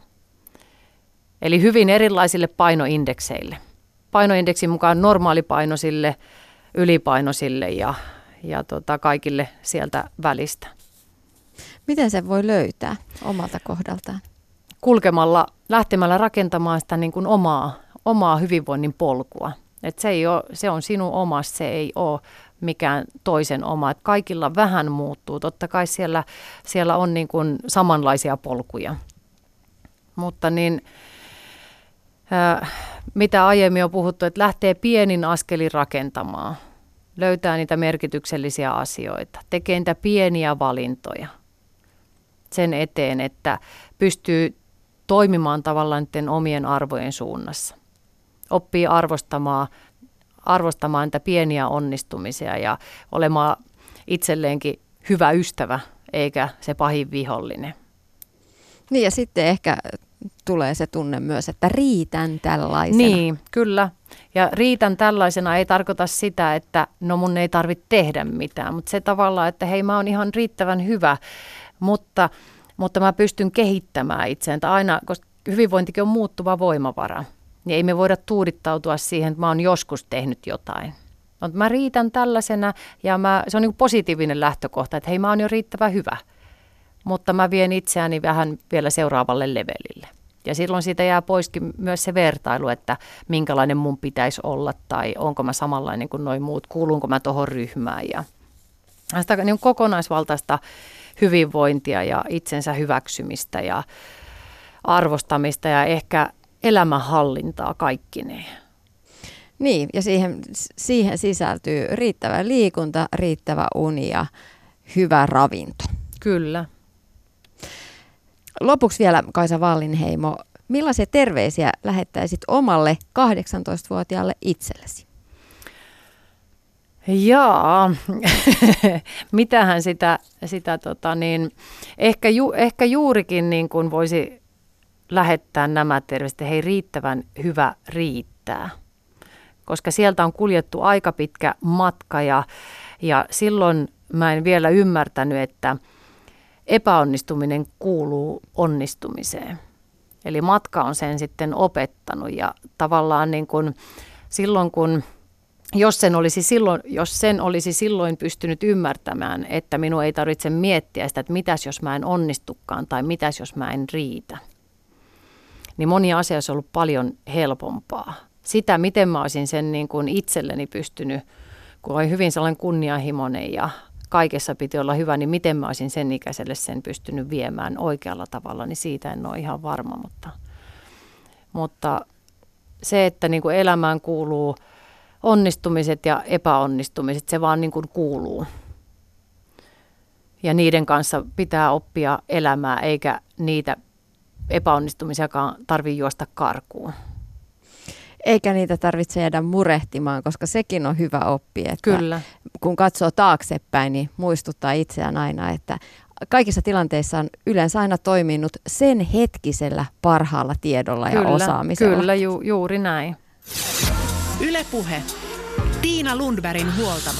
Eli hyvin erilaisille painoindekseille. Painoindeksin mukaan normaalipainoisille, ylipainoisille ja kaikille sieltä välistä. Miten se voi löytää omalta kohdaltaan? Lähtemällä rakentamaan sitä niin kuin omaa hyvinvoinnin polkua. Et se on sinun oma, se ei ole mikään toisen oma. Et kaikilla vähän muuttuu. Totta kai siellä on niin kuin samanlaisia polkuja. Mutta mitä aiemmin on puhuttu, että lähtee pienin askelin rakentamaan. Löytää niitä merkityksellisiä asioita. Tekee niitä pieniä valintoja sen eteen, että pystyy toimimaan tavallaan niiden omien arvojen suunnassa. Oppii arvostamaan niitä pieniä onnistumisia ja olemaan itselleenkin hyvä ystävä, eikä se pahin vihollinen. Niin, ja sitten ehkä tulee se tunne myös, että riitän tällaisena. Niin, kyllä. Ja riitän tällaisena ei tarkoita sitä, että no mun ei tarvitse tehdä mitään, mutta se tavallaan, että hei, mä oon ihan riittävän hyvä, mutta mä pystyn kehittämään itseään. Aina, koska hyvinvointikin on muuttuva voimavara, niin ei me voida tuudittautua siihen, että mä oon joskus tehnyt jotain. Mutta mä riitän tällaisena ja se on niin kuin positiivinen lähtökohta, että hei, mä oon jo riittävän hyvä, mutta mä vien itseäni vähän vielä seuraavalle levelille. Ja silloin siitä jää poiskin myös se vertailu, että minkälainen mun pitäisi olla tai onko mä samanlainen kuin noi muut, kuulunko mä tohon ryhmään. Ja sitä niin kokonaisvaltaista hyvinvointia ja itsensä hyväksymistä ja arvostamista ja ehkä elämänhallintaa kaikkineen. Niin, ja siihen sisältyy riittävä liikunta, riittävä uni ja hyvä ravinto. Kyllä. Lopuksi vielä Kaisa Wallinheimo, millaisia terveisiä lähettäisit omalle 18-vuotiaalle itsellesi? Jaa, mitähän ehkä juurikin niin kuin voisi lähettää nämä terveiset, hei riittävän hyvä riittää. Koska sieltä on kuljettu aika pitkä matka ja silloin mä en vielä ymmärtänyt, että epäonnistuminen kuuluu onnistumiseen. Eli matka on sen sitten opettanut ja tavallaan niin kuin silloin kun jos sen olisi silloin pystynyt ymmärtämään, että minun ei tarvitse miettiä sitä, että mitäs jos mä en onnistukaan tai mitäs jos mä en riitä, niin moni asia olisi ollut paljon helpompaa. Sitä, miten mä olisin sen niin kuin itselleni pystynyt, kun olin hyvin sellainen kunnianhimoinen ja kaikessa piti olla hyvä, niin miten mä olisin sen ikäiselle sen pystynyt viemään oikealla tavalla, niin siitä en ole ihan varma. Mutta se, että niin kuin elämään kuuluu onnistumiset ja epäonnistumiset, se vaan niin kuin kuuluu. Ja niiden kanssa pitää oppia elämää, eikä niitä epäonnistumisiakaan tarvitse juosta karkuun. Eikä niitä tarvitse jäädä murehtimaan, koska sekin on hyvä oppi, että Kyllä. kun katsoo taaksepäin, niin muistuttaa itseään aina, että kaikissa tilanteissa on yleensä aina toiminut sen hetkisellä parhaalla tiedolla ja osaamisella. Kyllä, juuri näin. Yle Puhe. Tiina Lundbergin huoltamo.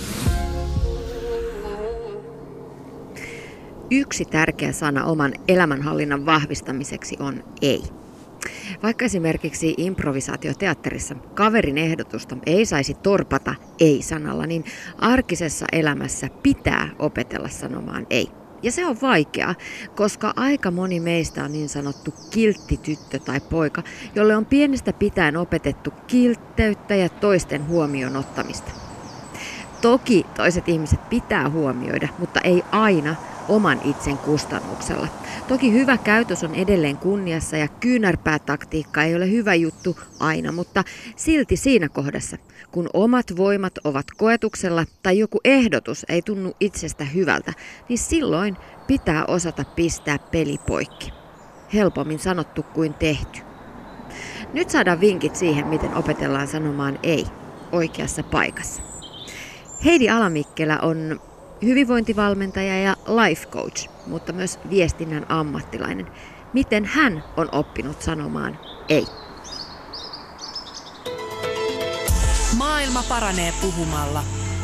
Yksi tärkeä sana oman elämänhallinnan vahvistamiseksi on ei. Vaikka esimerkiksi improvisaatioteatterissa kaverin ehdotusta ei saisi torpata ei-sanalla, niin arkisessa elämässä pitää opetella sanomaan ei. Ja se on vaikeaa, koska aika moni meistä on niin sanottu kiltti tyttö tai poika, jolle on pienestä pitäen opetettu kiltteyttä ja toisten huomioon ottamista. Toki toiset ihmiset pitää huomioida, mutta ei aina oman itsen kustannuksella. Toki hyvä käytös on edelleen kunniassa ja kyynärpäätaktiikka ei ole hyvä juttu aina, mutta silti siinä kohdassa, kun omat voimat ovat koetuksella tai joku ehdotus ei tunnu itsestä hyvältä, niin silloin pitää osata pistää peli poikki. Helpommin sanottu kuin tehty. Nyt saadaan vinkit siihen, miten opetellaan sanomaan ei oikeassa paikassa. Heidi Alamikkelä on hyvinvointivalmentaja ja life coach, mutta myös viestinnän ammattilainen. Miten hän on oppinut sanomaan ei? Maailma paranee puhumalla.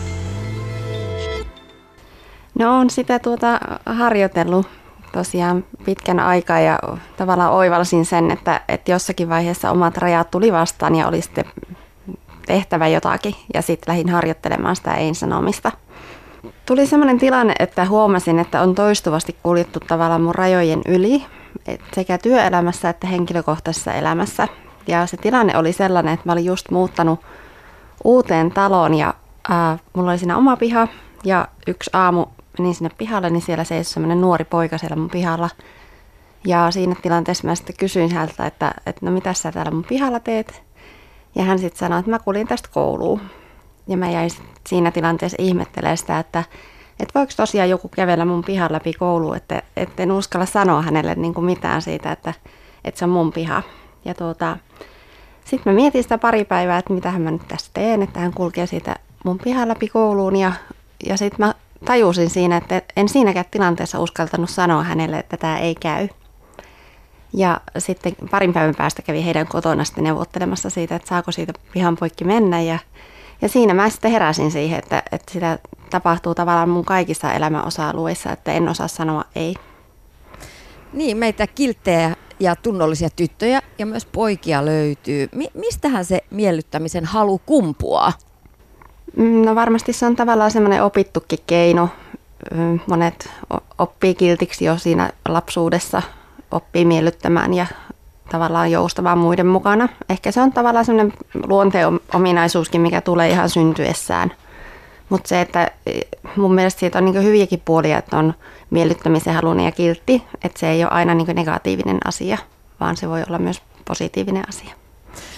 No on sitä harjoitellut tosiaan pitkän aikaa ja tavallaan oivalsin sen, että jossakin vaiheessa omat rajat tuli vastaan ja oli sitten tehtävä jotakin ja sitten lähdin harjoittelemaan sitä ei-sanomista. Tuli sellainen tilanne, että huomasin, että on toistuvasti kuljettu tavallaan mun rajojen yli sekä työelämässä että henkilökohtaisessa elämässä. Ja se tilanne oli sellainen, että mä olin just muuttanut uuteen taloon ja mulla oli siinä oma piha ja yksi aamu menin sinne pihalle, niin siellä seisoi sellainen nuori poika siellä mun pihalla. Ja siinä tilanteessa mä sitten kysyin häneltä, että no mitä sä täällä mun pihalla teet? Ja hän sitten sanoi, että mä kuljin tästä kouluun. Ja mä jäin siinä tilanteessa ihmettelemään sitä, että voiko tosiaan joku kävellä mun pihan läpi kouluun, että en uskalla sanoa hänelle niin kuin mitään siitä, että se on mun piha. Ja sitten mä mietin sitä pari päivää, että mitähän mä nyt tässä teen, että hän kulkee siitä mun pihan läpi kouluun. Ja sitten mä tajusin siinä, että en siinäkään tilanteessa uskaltanut sanoa hänelle, että tämä ei käy. Ja sitten parin päivän päästä kävi heidän kotona sitten neuvottelemassa siitä, että saako siitä pihan poikki mennä. Ja siinä mä sitten heräsin siihen, että sitä tapahtuu tavallaan mun kaikissa elämän osa-alueissa, että en osaa sanoa ei. Niin, meitä kilttejä ja tunnollisia tyttöjä ja myös poikia löytyy. Mistähän se miellyttämisen halu kumpuaa? No varmasti se on tavallaan semmoinen opittukin keino. Monet oppii kiltiksi jo siinä lapsuudessa, oppii miellyttämään ja tavallaan joustamaan muiden mukana. Ehkä se on tavallaan semmoinen luonteen ominaisuuskin, mikä tulee ihan syntyessään. Mutta se, että mun mielestä siitä on niin hyviäkin puolia, että on miellyttämisen haluinen ja kiltti. Että se ei ole aina niin negatiivinen asia, vaan se voi olla myös positiivinen asia.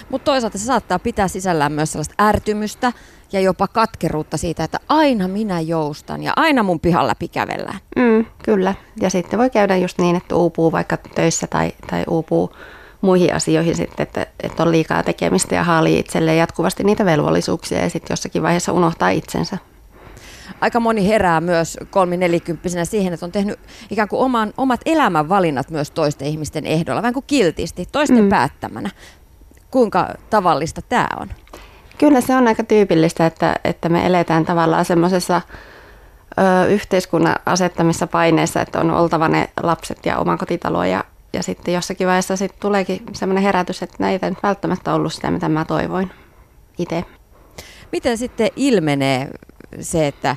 Mutta toisaalta se saattaa pitää sisällään myös sellaista ärtymystä ja jopa katkeruutta siitä, että aina minä joustan ja aina mun pihan läpi kävellään. Kyllä. Ja sitten voi käydä just niin, että uupuu vaikka töissä tai uupuu muihin asioihin sitten, että on liikaa tekemistä ja haalii itselleen jatkuvasti niitä velvollisuuksia ja sitten jossakin vaiheessa unohtaa itsensä. Aika moni herää myös 3-40-vuotiaana siihen, että on tehnyt ikään kuin omat elämänvalinnat myös toisten ihmisten ehdolla, vähän kuin kiltisti, toisten päättämänä. Kuinka tavallista tämä on? Kyllä se on aika tyypillistä, että me eletään tavallaan semmoisessa yhteiskunnan asettamissa paineissa, että on oltava ne lapset ja oma kotitalo ja sitten jossakin vaiheessa sitten tuleekin semmoinen herätys, että näitä ei nyt välttämättä ollut sitä, mitä mä toivoin itse. Miten sitten ilmenee se, että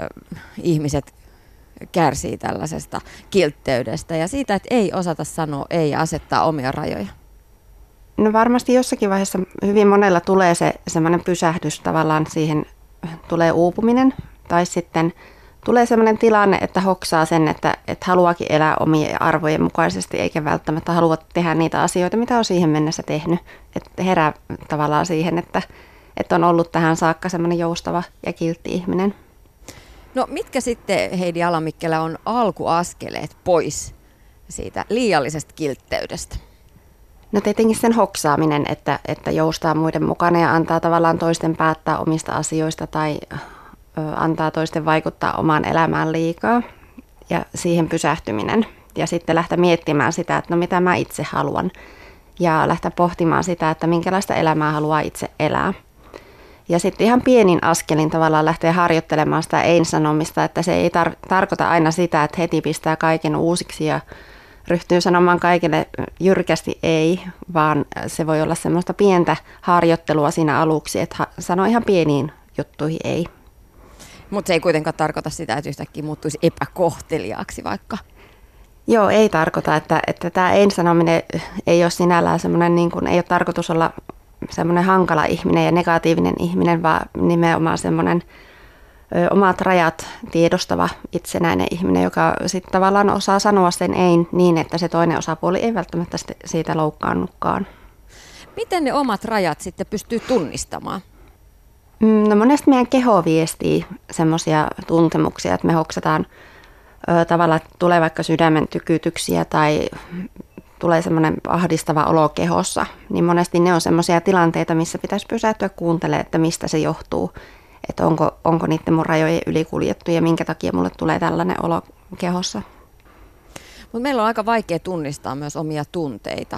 ihmiset kärsii tällaisesta kiltteydestä ja siitä, että ei osata sanoa ei ja asettaa omia rajoja? No varmasti jossakin vaiheessa hyvin monella tulee se semmoinen pysähdys tavallaan siihen, tulee uupuminen tai sitten tulee semmoinen tilanne, että hoksaa sen, että haluakin elää omien arvojen mukaisesti eikä välttämättä halua tehdä niitä asioita, mitä on siihen mennessä tehnyt. Että herää tavallaan siihen, että on ollut tähän saakka semmoinen joustava ja kiltti ihminen. No mitkä sitten, Heidi Alamikkelä, on alkuaskeleet pois siitä liiallisesta kiltteydestä? No tietenkin sen hoksaaminen, että joustaa muiden mukana ja antaa tavallaan toisten päättää omista asioista tai antaa toisten vaikuttaa omaan elämään liikaa ja siihen pysähtyminen. Ja sitten lähteä miettimään sitä, että no mitä mä itse haluan ja lähteä pohtimaan sitä, että minkälaista elämää haluaa itse elää. Ja sitten ihan pienin askelin tavallaan lähtee harjoittelemaan sitä ei-sanomista, että se ei tarkoita aina sitä, että heti pistää kaiken uusiksi ja ryhtyy sanomaan kaikille jyrkästi ei, vaan se voi olla semmoista pientä harjoittelua siinä aluksi, että sanoo ihan pieniin juttuihin ei. Mutta se ei kuitenkaan tarkoita sitä, että yhtäkkiä muuttuisi epäkohteliaaksi vaikka. Joo, ei tarkoita, että tämä ei-sanominen ei ole sinällään semmoinen, niin kuin, ei ole tarkoitus olla semmoinen hankala ihminen ja negatiivinen ihminen, vaan nimenomaan semmoinen omat rajat tiedostava itsenäinen ihminen, joka sitten tavallaan osaa sanoa sen ei niin, että se toinen osapuoli ei välttämättä siitä loukkaannutkaan. Miten ne omat rajat sitten pystyy tunnistamaan? No monesti meidän keho viestii semmoisia tuntemuksia, että me hoksataan tavallaan, että tulee vaikka sydämen tykytyksiä tai tulee semmoinen ahdistava olo kehossa, niin monesti ne on semmoisia tilanteita, missä pitäisi pysähtyä kuuntelemaan, että mistä se johtuu, että onko niiden mun rajojen ylikuljettu ja minkä takia mulle tulee tällainen olo kehossa. Mutta meillä on aika vaikea tunnistaa myös omia tunteita.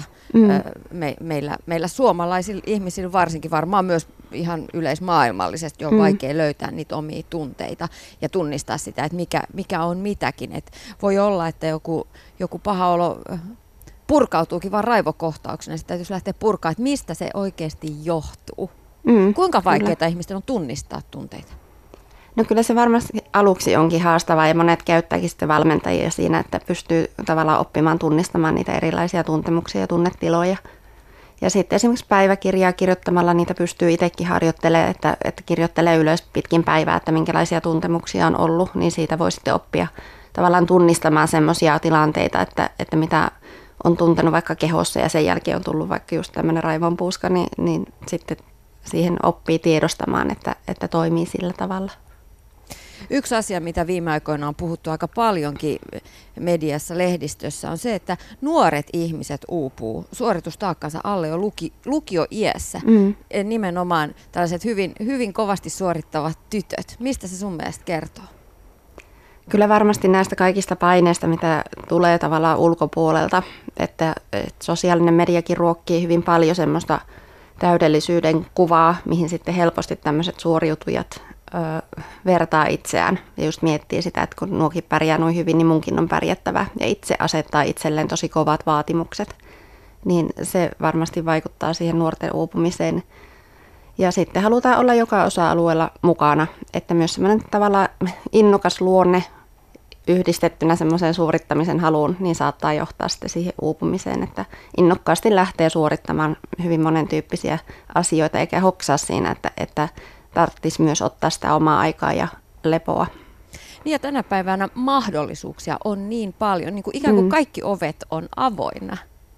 Meillä suomalaisilla ihmisillä varsinkin, varmaan myös ihan yleismaailmallisesti on vaikea löytää niitä omia tunteita ja tunnistaa sitä, että mikä on mitäkin. Et voi olla, että joku paha olo purkautuukin vaan raivokohtauksena. Sitten täytyisi lähteä purkaa, että mistä se oikeasti johtuu. Kuinka vaikeaa ihmisten on tunnistaa tunteita? No kyllä se varmasti aluksi onkin haastavaa ja monet käyttääkin sitten valmentajia siinä, että pystyy tavallaan oppimaan tunnistamaan niitä erilaisia tuntemuksia ja tunnetiloja. Ja sitten esimerkiksi päiväkirjaa kirjoittamalla niitä pystyy itsekin harjoittelemaan, että kirjoittelee ylös pitkin päivää, että minkälaisia tuntemuksia on ollut, niin siitä voi sitten oppia tavallaan tunnistamaan semmoisia tilanteita, että mitä on tuntenut vaikka kehossa ja sen jälkeen on tullut vaikka just tämmöinen raivonpuuska, niin sitten siihen oppii tiedostamaan, että toimii sillä tavalla. Yksi asia, mitä viime aikoina on puhuttu aika paljonkin mediassa, lehdistössä, on se, että nuoret ihmiset uupuu suoritustaakkansa alle jo lukioiässä. Nimenomaan tällaiset hyvin, hyvin kovasti suorittavat tytöt. Mistä se sun mielestä kertoo? Kyllä varmasti näistä kaikista paineista, mitä tulee tavallaan ulkopuolelta, että sosiaalinen mediakin ruokkii hyvin paljon semmoista täydellisyyden kuvaa, mihin sitten helposti tämmöiset suoriutujat vertaa itseään ja just miettii sitä, että kun nuokin pärjää noin hyvin, niin munkin on pärjättävä ja itse asettaa itselleen tosi kovat vaatimukset, niin se varmasti vaikuttaa siihen nuorten uupumiseen. Ja sitten halutaan olla joka osa-alueella mukana, että myös semmoinen tavallaan innokas luonne yhdistettynä semmoiseen suorittamisen haluun, niin saattaa johtaa sitten siihen uupumiseen, että innokkaasti lähtee suorittamaan hyvin monentyyppisiä asioita eikä hoksaa siinä, että tarvitsisi myös ottaa sitä omaa aikaa ja lepoa. Niin ja tänä päivänä mahdollisuuksia on niin paljon, niin kuin ikään kuin kaikki ovet on avoinna.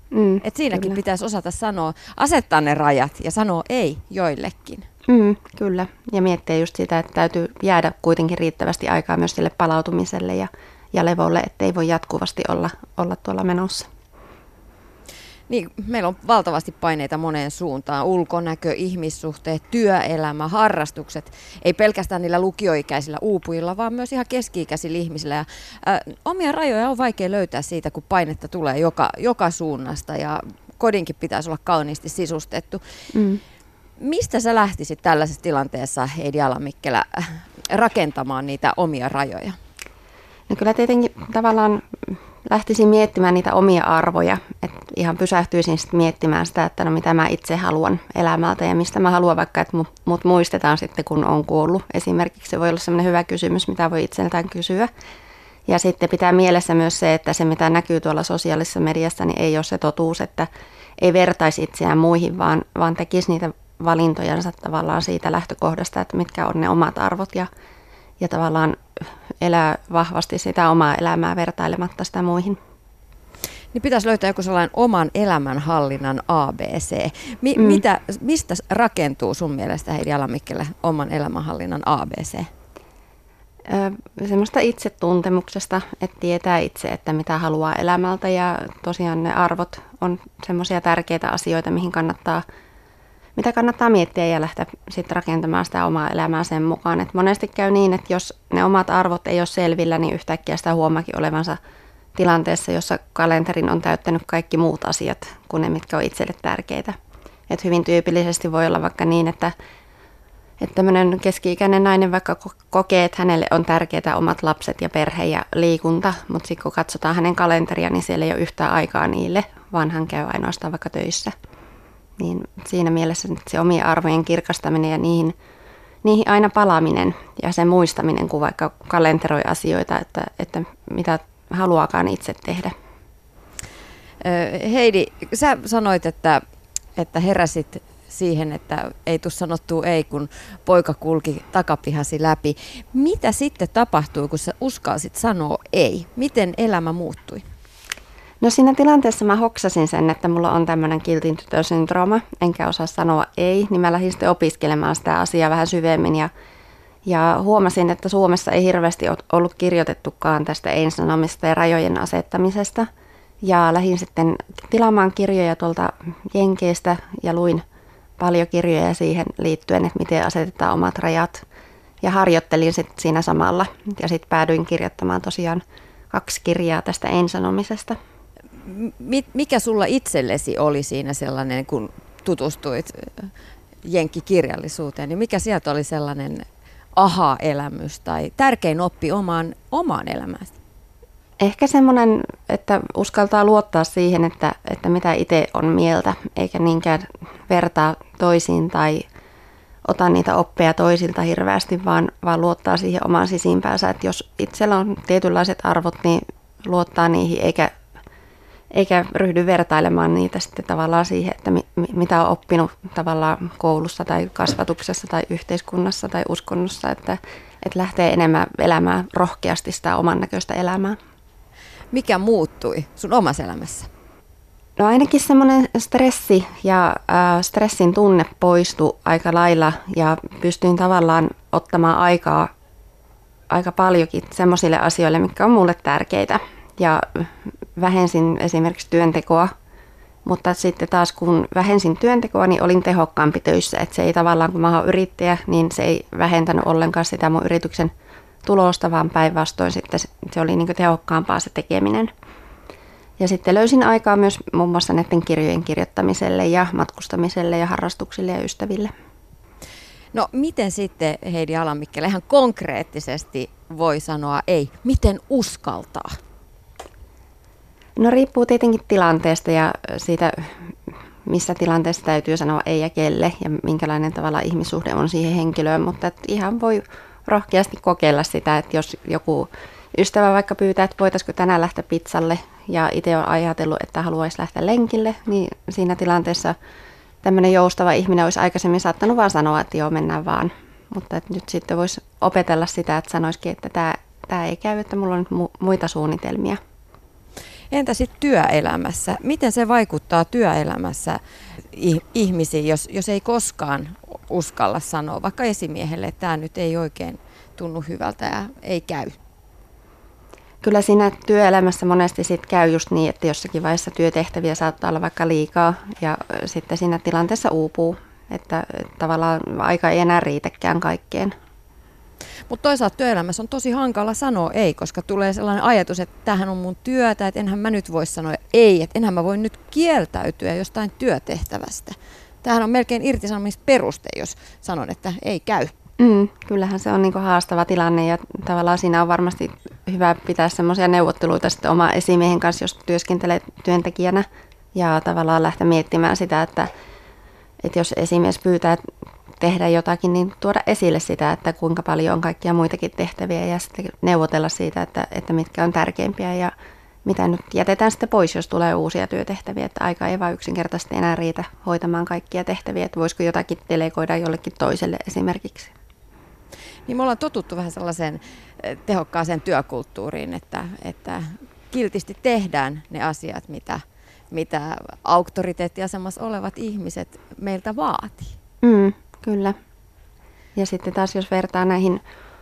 Et siinäkin kyllä. pitäisi osata sanoa, asettaa ne rajat ja sanoa ei joillekin. Kyllä, ja miettiä just sitä, että täytyy jäädä kuitenkin riittävästi aikaa myös sille palautumiselle ja levolle, ettei voi jatkuvasti olla tuolla menossa. Niin, meillä on valtavasti paineita moneen suuntaan. Ulkonäkö, ihmissuhteet, työelämä, harrastukset. Ei pelkästään niillä lukioikäisillä uupujilla, vaan myös ihan keski-ikäisillä ihmisillä. Ja, omia rajoja on vaikea löytää siitä, kun painetta tulee joka suunnasta ja kodinkin pitäisi olla kauniisti sisustettu. Mistä sä lähtisit tällaisessa tilanteessa, Heidi Ala-Mikkelä, rakentamaan niitä omia rajoja? No kyllä tietenkin tavallaan lähtisin miettimään niitä omia arvoja, että ihan pysähtyisin sitten miettimään sitä, että no mitä mä itse haluan elämältä ja mistä mä haluan vaikka, että mut muistetaan sitten kun on kuollut. Esimerkiksi se voi olla sellainen hyvä kysymys, mitä voi itseltään kysyä. Ja sitten pitää mielessä myös se, että se mitä näkyy tuolla sosiaalisessa mediassa, niin ei ole se totuus, että ei vertaisi itseään muihin, vaan tekisi niitä valintojansa tavallaan siitä lähtökohdasta, että mitkä on ne omat arvot ja tavallaan elää vahvasti sitä omaa elämää vertailematta sitä muihin. Niin pitäisi löytää joku sellainen oman elämänhallinnan ABC. Mistä rakentuu sun mielestä, Heidi Ala-Mikkelä, oman elämänhallinnan ABC? Semmoista itsetuntemuksesta, että tietää itse, että mitä haluaa elämältä ja tosiaan ne arvot on semmoisia tärkeitä asioita, mitä kannattaa miettiä ja lähteä sitten rakentamaan sitä omaa elämää sen mukaan. Et monesti käy niin, että jos ne omat arvot ei ole selvillä, niin yhtäkkiä sitä huomaakin olevansa tilanteessa, jossa kalenterin on täyttänyt kaikki muut asiat kuin ne, mitkä on itselle tärkeitä. Et hyvin tyypillisesti voi olla vaikka niin, että tämmöinen keski-ikäinen nainen vaikka kokee, että hänelle on tärkeää omat lapset ja perhe ja liikunta, mutta sitten kun katsotaan hänen kalenteria, niin siellä ei ole yhtään aikaa niille, vaan hän käy ainoastaan vaikka töissä. Niin siinä mielessä se omien arvojen kirkastaminen ja niihin aina palaaminen ja sen muistaminen, kun vaikka kalenteroi asioita, että mitä haluaakaan itse tehdä. Heidi, sä sanoit, että heräsit siihen, että ei tule sanottua ei, kun poika kulki takapihasi läpi. Mitä sitten tapahtui, kun sä uskalsit sanoa ei? Miten elämä muuttui? No siinä tilanteessa mä hoksasin sen, että mulla on tämmöinen kiltin tytön syndrooma, enkä osaa sanoa ei, niin mä lähdin sitten opiskelemaan sitä asiaa vähän syvemmin ja huomasin, että Suomessa ei hirveästi ollut kirjoitettukaan tästä ei-sanomista ja rajojen asettamisesta. Ja lähdin sitten tilaamaan kirjoja tuolta Jenkeistä ja luin paljon kirjoja siihen liittyen, että miten asetetaan omat rajat. Ja harjoittelin sitten siinä samalla ja sitten päädyin kirjoittamaan tosiaan 2 kirjaa tästä ei-sanomisesta. Mikä sulla itsellesi oli siinä sellainen, kun tutustuit jenkkikirjallisuuteen, niin mikä sieltä oli sellainen aha-elämys tai tärkein oppi omaan elämäänsä? Ehkä semmoinen, että uskaltaa luottaa siihen, että mitä itse on mieltä, eikä niinkään vertaa toisiin tai ota niitä oppeja toisilta hirveästi, vaan luottaa siihen omaan sisimpäänsä. Että jos itsellä on tietynlaiset arvot, niin luottaa niihin eikä ryhdy vertailemaan niitä sitten tavallaan siihen, että mitä on oppinut tavallaan koulussa tai kasvatuksessa tai yhteiskunnassa tai uskonnossa, että lähtee enemmän elämään rohkeasti sitä oman näköistä elämää. Mikä muuttui sun omassa elämässä? No ainakin semmoinen stressi ja stressin tunne poistui aika lailla ja pystyin tavallaan ottamaan aikaa aika paljonkin semmoisille asioille, mitkä on mulle tärkeitä. Ja vähensin esimerkiksi työntekoa, mutta sitten taas kun vähensin työntekoa, niin olin tehokkaampi töissä. Että se ei tavallaan, kun mä oon yrittäjä, niin se ei vähentänyt ollenkaan sitä mun yrityksen tulosta, vaan päinvastoin sitten se oli niin kuin tehokkaampaa se tekeminen. Ja sitten löysin aikaa myös muun muassa näiden kirjojen kirjoittamiselle ja matkustamiselle ja harrastuksille ja ystäville. No miten sitten, Heidi Ala-Mikkelä, ihan konkreettisesti voi sanoa ei? Miten uskaltaa? No riippuu tietenkin tilanteesta ja siitä, missä tilanteessa täytyy sanoa ei ja kelle ja minkälainen tavalla ihmissuhde on siihen henkilöön, mutta ihan voi rohkeasti kokeilla sitä, että jos joku ystävä vaikka pyytää, että voitaisiko tänään lähteä pizzalle ja itse on ajatellut, että haluaisi lähteä lenkille, niin siinä tilanteessa tämmöinen joustava ihminen olisi aikaisemmin saattanut vaan sanoa, että joo, mennään vaan. Mutta että nyt sitten voisi opetella sitä, että sanoisikin, että tämä ei käy, että mulla on nyt muita suunnitelmia. Entä sitten työelämässä? Miten se vaikuttaa työelämässä ihmisiin, jos ei koskaan uskalla sanoa vaikka esimiehelle, että tämä nyt ei oikein tunnu hyvältä ja ei käy? Kyllä siinä työelämässä monesti sit käy just niin, että jossakin vaiheessa työtehtäviä saattaa olla vaikka liikaa ja sitten siinä tilanteessa uupuu, että tavallaan aika ei enää riitäkään kaikkeen. Mutta toisaalta työelämässä on tosi hankala sanoa ei, koska tulee sellainen ajatus, että tämähän on mun työtä, että enhän mä nyt voi sanoa ei, että enhän mä voi nyt kieltäytyä jostain työtehtävästä. Tämähän on melkein irtisanomisperuste, jos sanon, että ei käy. Kyllähän se on niin kuin haastava tilanne ja tavallaan siinä on varmasti hyvä pitää semmoisia neuvotteluita sitten oma esimiehen kanssa, jos työskentelee työntekijänä ja tavallaan lähteä miettimään sitä, että jos esimies pyytää tehdä jotakin, niin tuoda esille sitä, että kuinka paljon on kaikkia muitakin tehtäviä ja sitten neuvotella siitä, että mitkä on tärkeimpiä ja mitä nyt jätetään sitten pois, jos tulee uusia työtehtäviä, että aika ei vaan yksinkertaisesti enää riitä hoitamaan kaikkia tehtäviä, että voisiko jotakin delegoida jollekin toiselle esimerkiksi. Niin me ollaan totuttu vähän sellaiseen tehokkaaseen työkulttuuriin, että kiltisti tehdään ne asiat, mitä auktoriteettiasemassa olevat ihmiset meiltä vaatii. Kyllä. Ja sitten taas jos vertaa näihin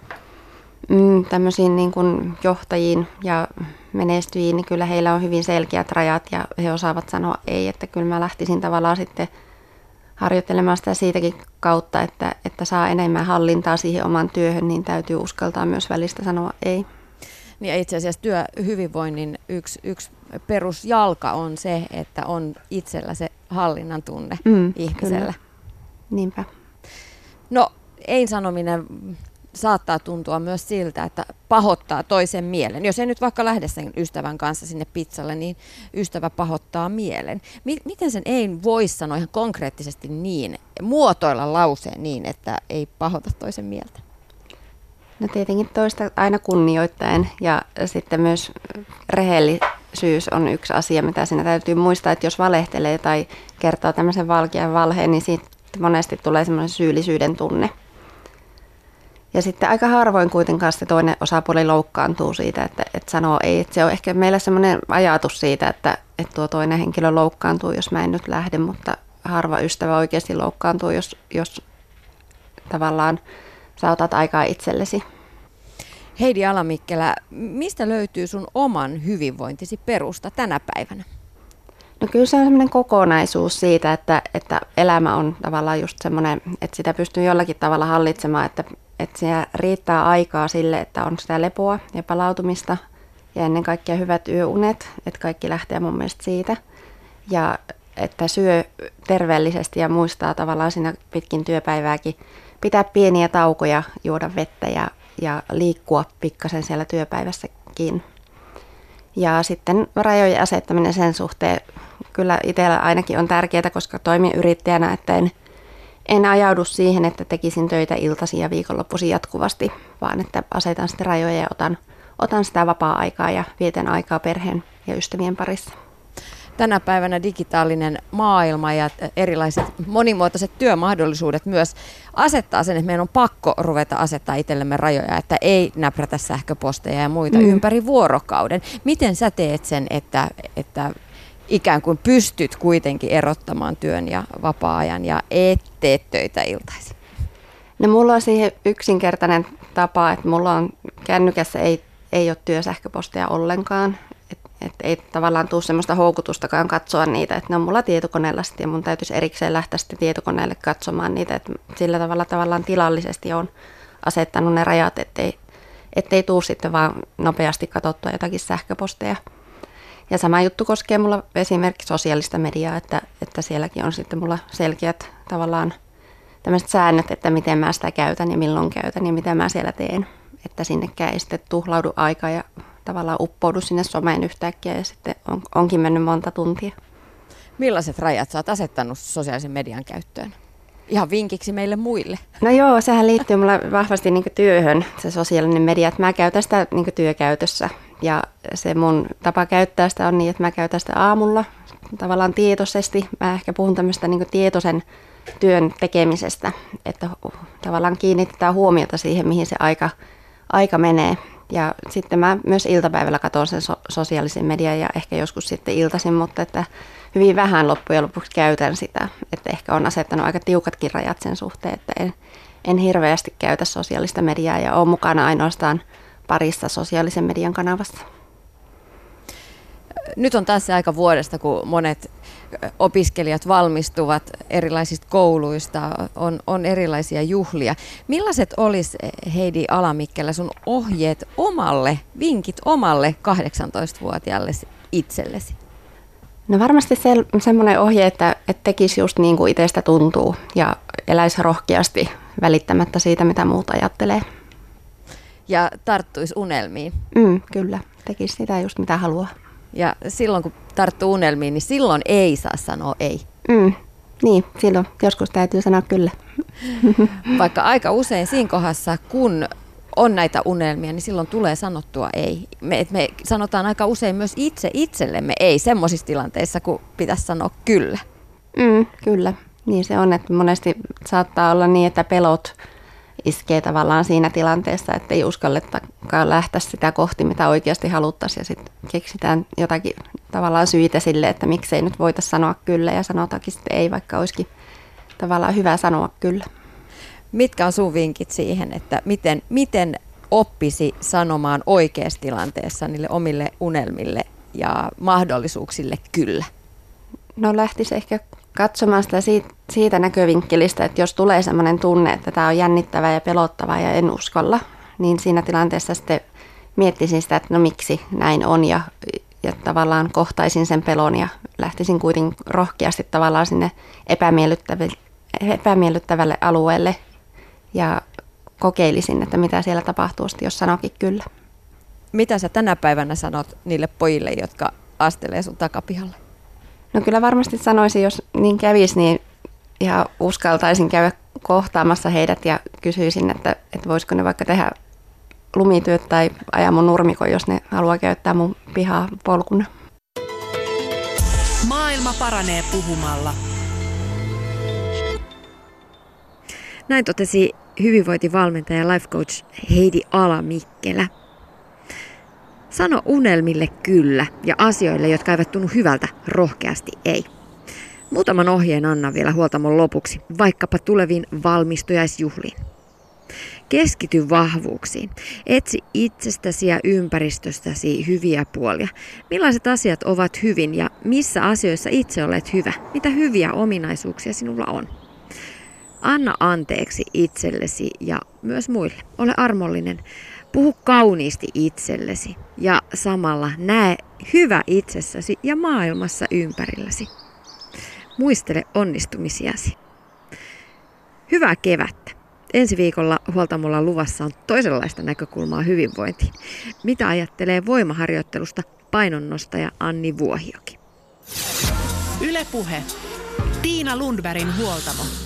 tämmöisiin niin kuin johtajiin ja menestyjiin, niin kyllä heillä on hyvin selkeät rajat ja he osaavat sanoa ei, että kyllä mä lähtisin tavallaan sitten harjoittelemaan sitä siitäkin kautta, että saa enemmän hallintaa siihen oman työhön, niin täytyy uskaltaa myös välistä sanoa ei. Niin ja itse asiassa työhyvinvoinnin yksi perusjalka on se, että on itsellä se hallinnan tunne ihmisellä. Kyllä. Niinpä. No ei sanominen saattaa tuntua myös siltä, että pahoittaa toisen mielen. Jos ei nyt vaikka lähde sen ystävän kanssa sinne pizzalle, niin ystävä pahoittaa mielen. Miten sen ei voi sanoa ihan konkreettisesti niin, muotoilla lauseen niin, että ei pahota toisen mieltä? No tietenkin toista aina kunnioittaen ja sitten myös rehellisyys on yksi asia, mitä siinä täytyy muistaa, että jos valehtelee tai kertoo tämmöisen valkean valheen, niin siitä monesti tulee semmoinen syyllisyyden tunne. Ja sitten aika harvoin kuitenkaan se toinen osapuoli loukkaantuu siitä, että sanoo ei. Että se on ehkä meillä semmoinen ajatus siitä, että tuo toinen henkilö loukkaantuu, jos mä en nyt lähde, mutta harva ystävä oikeasti loukkaantuu, jos tavallaan sä otat aikaa itsellesi. Heidi Alamikkelä, mistä löytyy sun oman hyvinvointisi perusta tänä päivänä? No kyllä se on semmoinen kokonaisuus siitä, että elämä on tavallaan just semmoinen, että sitä pystyy jollakin tavalla hallitsemaan, että siellä riittää aikaa sille, että on sitä lepoa ja palautumista ja ennen kaikkea hyvät yöunet, että kaikki lähtee mun mielestä siitä. Ja että syö terveellisesti ja muistaa tavallaan siinä pitkin työpäivääkin pitää pieniä taukoja, juoda vettä ja liikkua pikkasen siellä työpäivässäkin. Ja sitten rajojen asettaminen sen suhteen kyllä itsellä ainakin on tärkeää, koska toimin yrittäjänä, että en ajaudu siihen, että tekisin töitä iltaisin ja viikonloppuisin jatkuvasti, vaan että asetan sitten rajoja ja otan sitä vapaa-aikaa ja vietän aikaa perheen ja ystävien parissa. Tänä päivänä digitaalinen maailma ja erilaiset monimuotoiset työmahdollisuudet myös asettaa sen, että meidän on pakko ruveta asettaa itsellemme rajoja, että ei näprätä sähköposteja ja muita ympäri vuorokauden. Miten sä teet sen, että ikään kuin pystyt kuitenkin erottamaan työn ja vapaa-ajan ja et tee töitä iltaisin? No mulla on siihen yksinkertainen tapa, että mulla on kännykässä ei ole työsähköposteja ollenkaan. Että ei tavallaan tule semmoista houkutustakaan katsoa niitä, että ne on mulla tietokoneella sitten ja mun täytyisi erikseen lähteä sitten tietokoneelle katsomaan niitä, että sillä tavalla tavallaan tilallisesti on asettanut ne rajat, ettei tule sitten vaan nopeasti katsottua jotakin sähköposteja. Ja sama juttu koskee mulla esimerkiksi sosiaalista mediaa, että sielläkin on sitten mulla selkeät tavallaan tämmöiset säännöt, että miten mä sitä käytän ja milloin käytän ja mitä mä siellä teen, että sinnekään ei sitten tuhlaudu aikaa ja tavallaan uppoudu sinne someen yhtäkkiä ja sitten onkin mennyt monta tuntia. Millaiset rajat sä oot asettanut sosiaalisen median käyttöön? Ihan vinkiksi meille muille. No joo, sehän liittyy mulla vahvasti niin kuin työhön, se sosiaalinen media, että mä käytän sitä niin kuin työkäytössä. Ja se mun tapa käyttää sitä on niin, että mä käytän sitä aamulla tavallaan tietoisesti. Mä ehkä puhun tämmöistä niin kuin tietoisen työn tekemisestä, että tavallaan kiinnitetään huomiota siihen, mihin se aika menee. Ja sitten mä myös iltapäivällä katson sen sosiaalisen median ja ehkä joskus sitten iltaisin, mutta että hyvin vähän loppujen lopuksi käytän sitä. Että ehkä on asettanut aika tiukatkin rajat sen suhteen, että en hirveästi käytä sosiaalista mediaa ja olen mukana ainoastaan parissa sosiaalisen median kanavassa. Nyt on taas se aika vuodesta, kun monet opiskelijat valmistuvat erilaisista kouluista, on erilaisia juhlia. Millaiset olisi, Heidi Ala-Mikkelä, sun ohjeet vinkit omalle 18-vuotiaalle itsellesi? No varmasti semmoinen ohje, että tekisi just niin kuin itsestä tuntuu ja eläisi rohkeasti välittämättä siitä, mitä muut ajattelee. Ja tarttuisi unelmiin. Kyllä, tekisi sitä just mitä haluaa. Ja silloin kun tarttuu unelmiin, niin silloin ei saa sanoa ei. Niin, silloin joskus täytyy sanoa kyllä. Vaikka aika usein siinä kohdassa, kun on näitä unelmia, niin silloin tulee sanottua ei. Me sanotaan aika usein myös itsellemme ei semmoisissa tilanteissa, kun pitäisi sanoa kyllä. Kyllä, niin se on, että monesti saattaa olla niin, että pelot iskee tavallaan siinä tilanteessa, että ei uskallettakaan lähteä sitä kohti, mitä oikeasti haluttaisiin, ja sitten keksitään jotakin tavallaan syitä sille, että miksei nyt voitaisiin sanoa kyllä, ja sanotaankin sitten ei, vaikka olisikin tavallaan hyvä sanoa kyllä. Mitkä on sun vinkit siihen, että miten oppisi sanomaan oikeassa tilanteessa niille omille unelmille ja mahdollisuuksille kyllä? No lähtisi ehkä katsomaan sitä siitä näkövinkkelistä, että jos tulee sellainen tunne, että tämä on jännittävää ja pelottavaa ja en uskalla, niin siinä tilanteessa sitten miettisin sitä, että no miksi näin on ja tavallaan kohtaisin sen pelon ja lähtisin kuitenkin rohkeasti tavallaan sinne epämiellyttävälle alueelle ja kokeilisin, että mitä siellä tapahtuu, jos sanokin kyllä. Mitä sä tänä päivänä sanot niille pojille, jotka astelee sun takapihalle? No kyllä varmasti sanoisin, jos niin kävisi, niin ihan uskaltaisin käydä kohtaamassa heidät ja kysyisin, että voisiko ne vaikka tehdä lumityöt tai ajaa mun nurmikon, jos ne haluaa käyttää mun pihaa polkuna. Maailma paranee puhumalla. Näin totesi hyvinvointivalmentaja ja life coach Heidi Ala-Mikkelä. Sano unelmille kyllä ja asioille, jotka eivät tunnu hyvältä, rohkeasti ei. Muutaman ohjeen annan vielä huoltamon lopuksi, vaikkapa tuleviin valmistujaisjuhliin. Keskity vahvuuksiin. Etsi itsestäsi ja ympäristöstäsi hyviä puolia. Millaiset asiat ovat hyvin ja missä asioissa itse olet hyvä? Mitä hyviä ominaisuuksia sinulla on? Anna anteeksi itsellesi ja myös muille. Ole armollinen. Puhu kauniisti itsellesi ja samalla näe hyvä itsessäsi ja maailmassa ympärilläsi. Muistele onnistumisiasi. Hyvää kevättä. Ensi viikolla Huoltamolla luvassa on toisenlaista näkökulmaa hyvinvointiin. Mitä ajattelee voimaharjoittelusta painonnostaja Anni Vuohioki? Yle Puhe. Tiina Lundbergin huoltamo.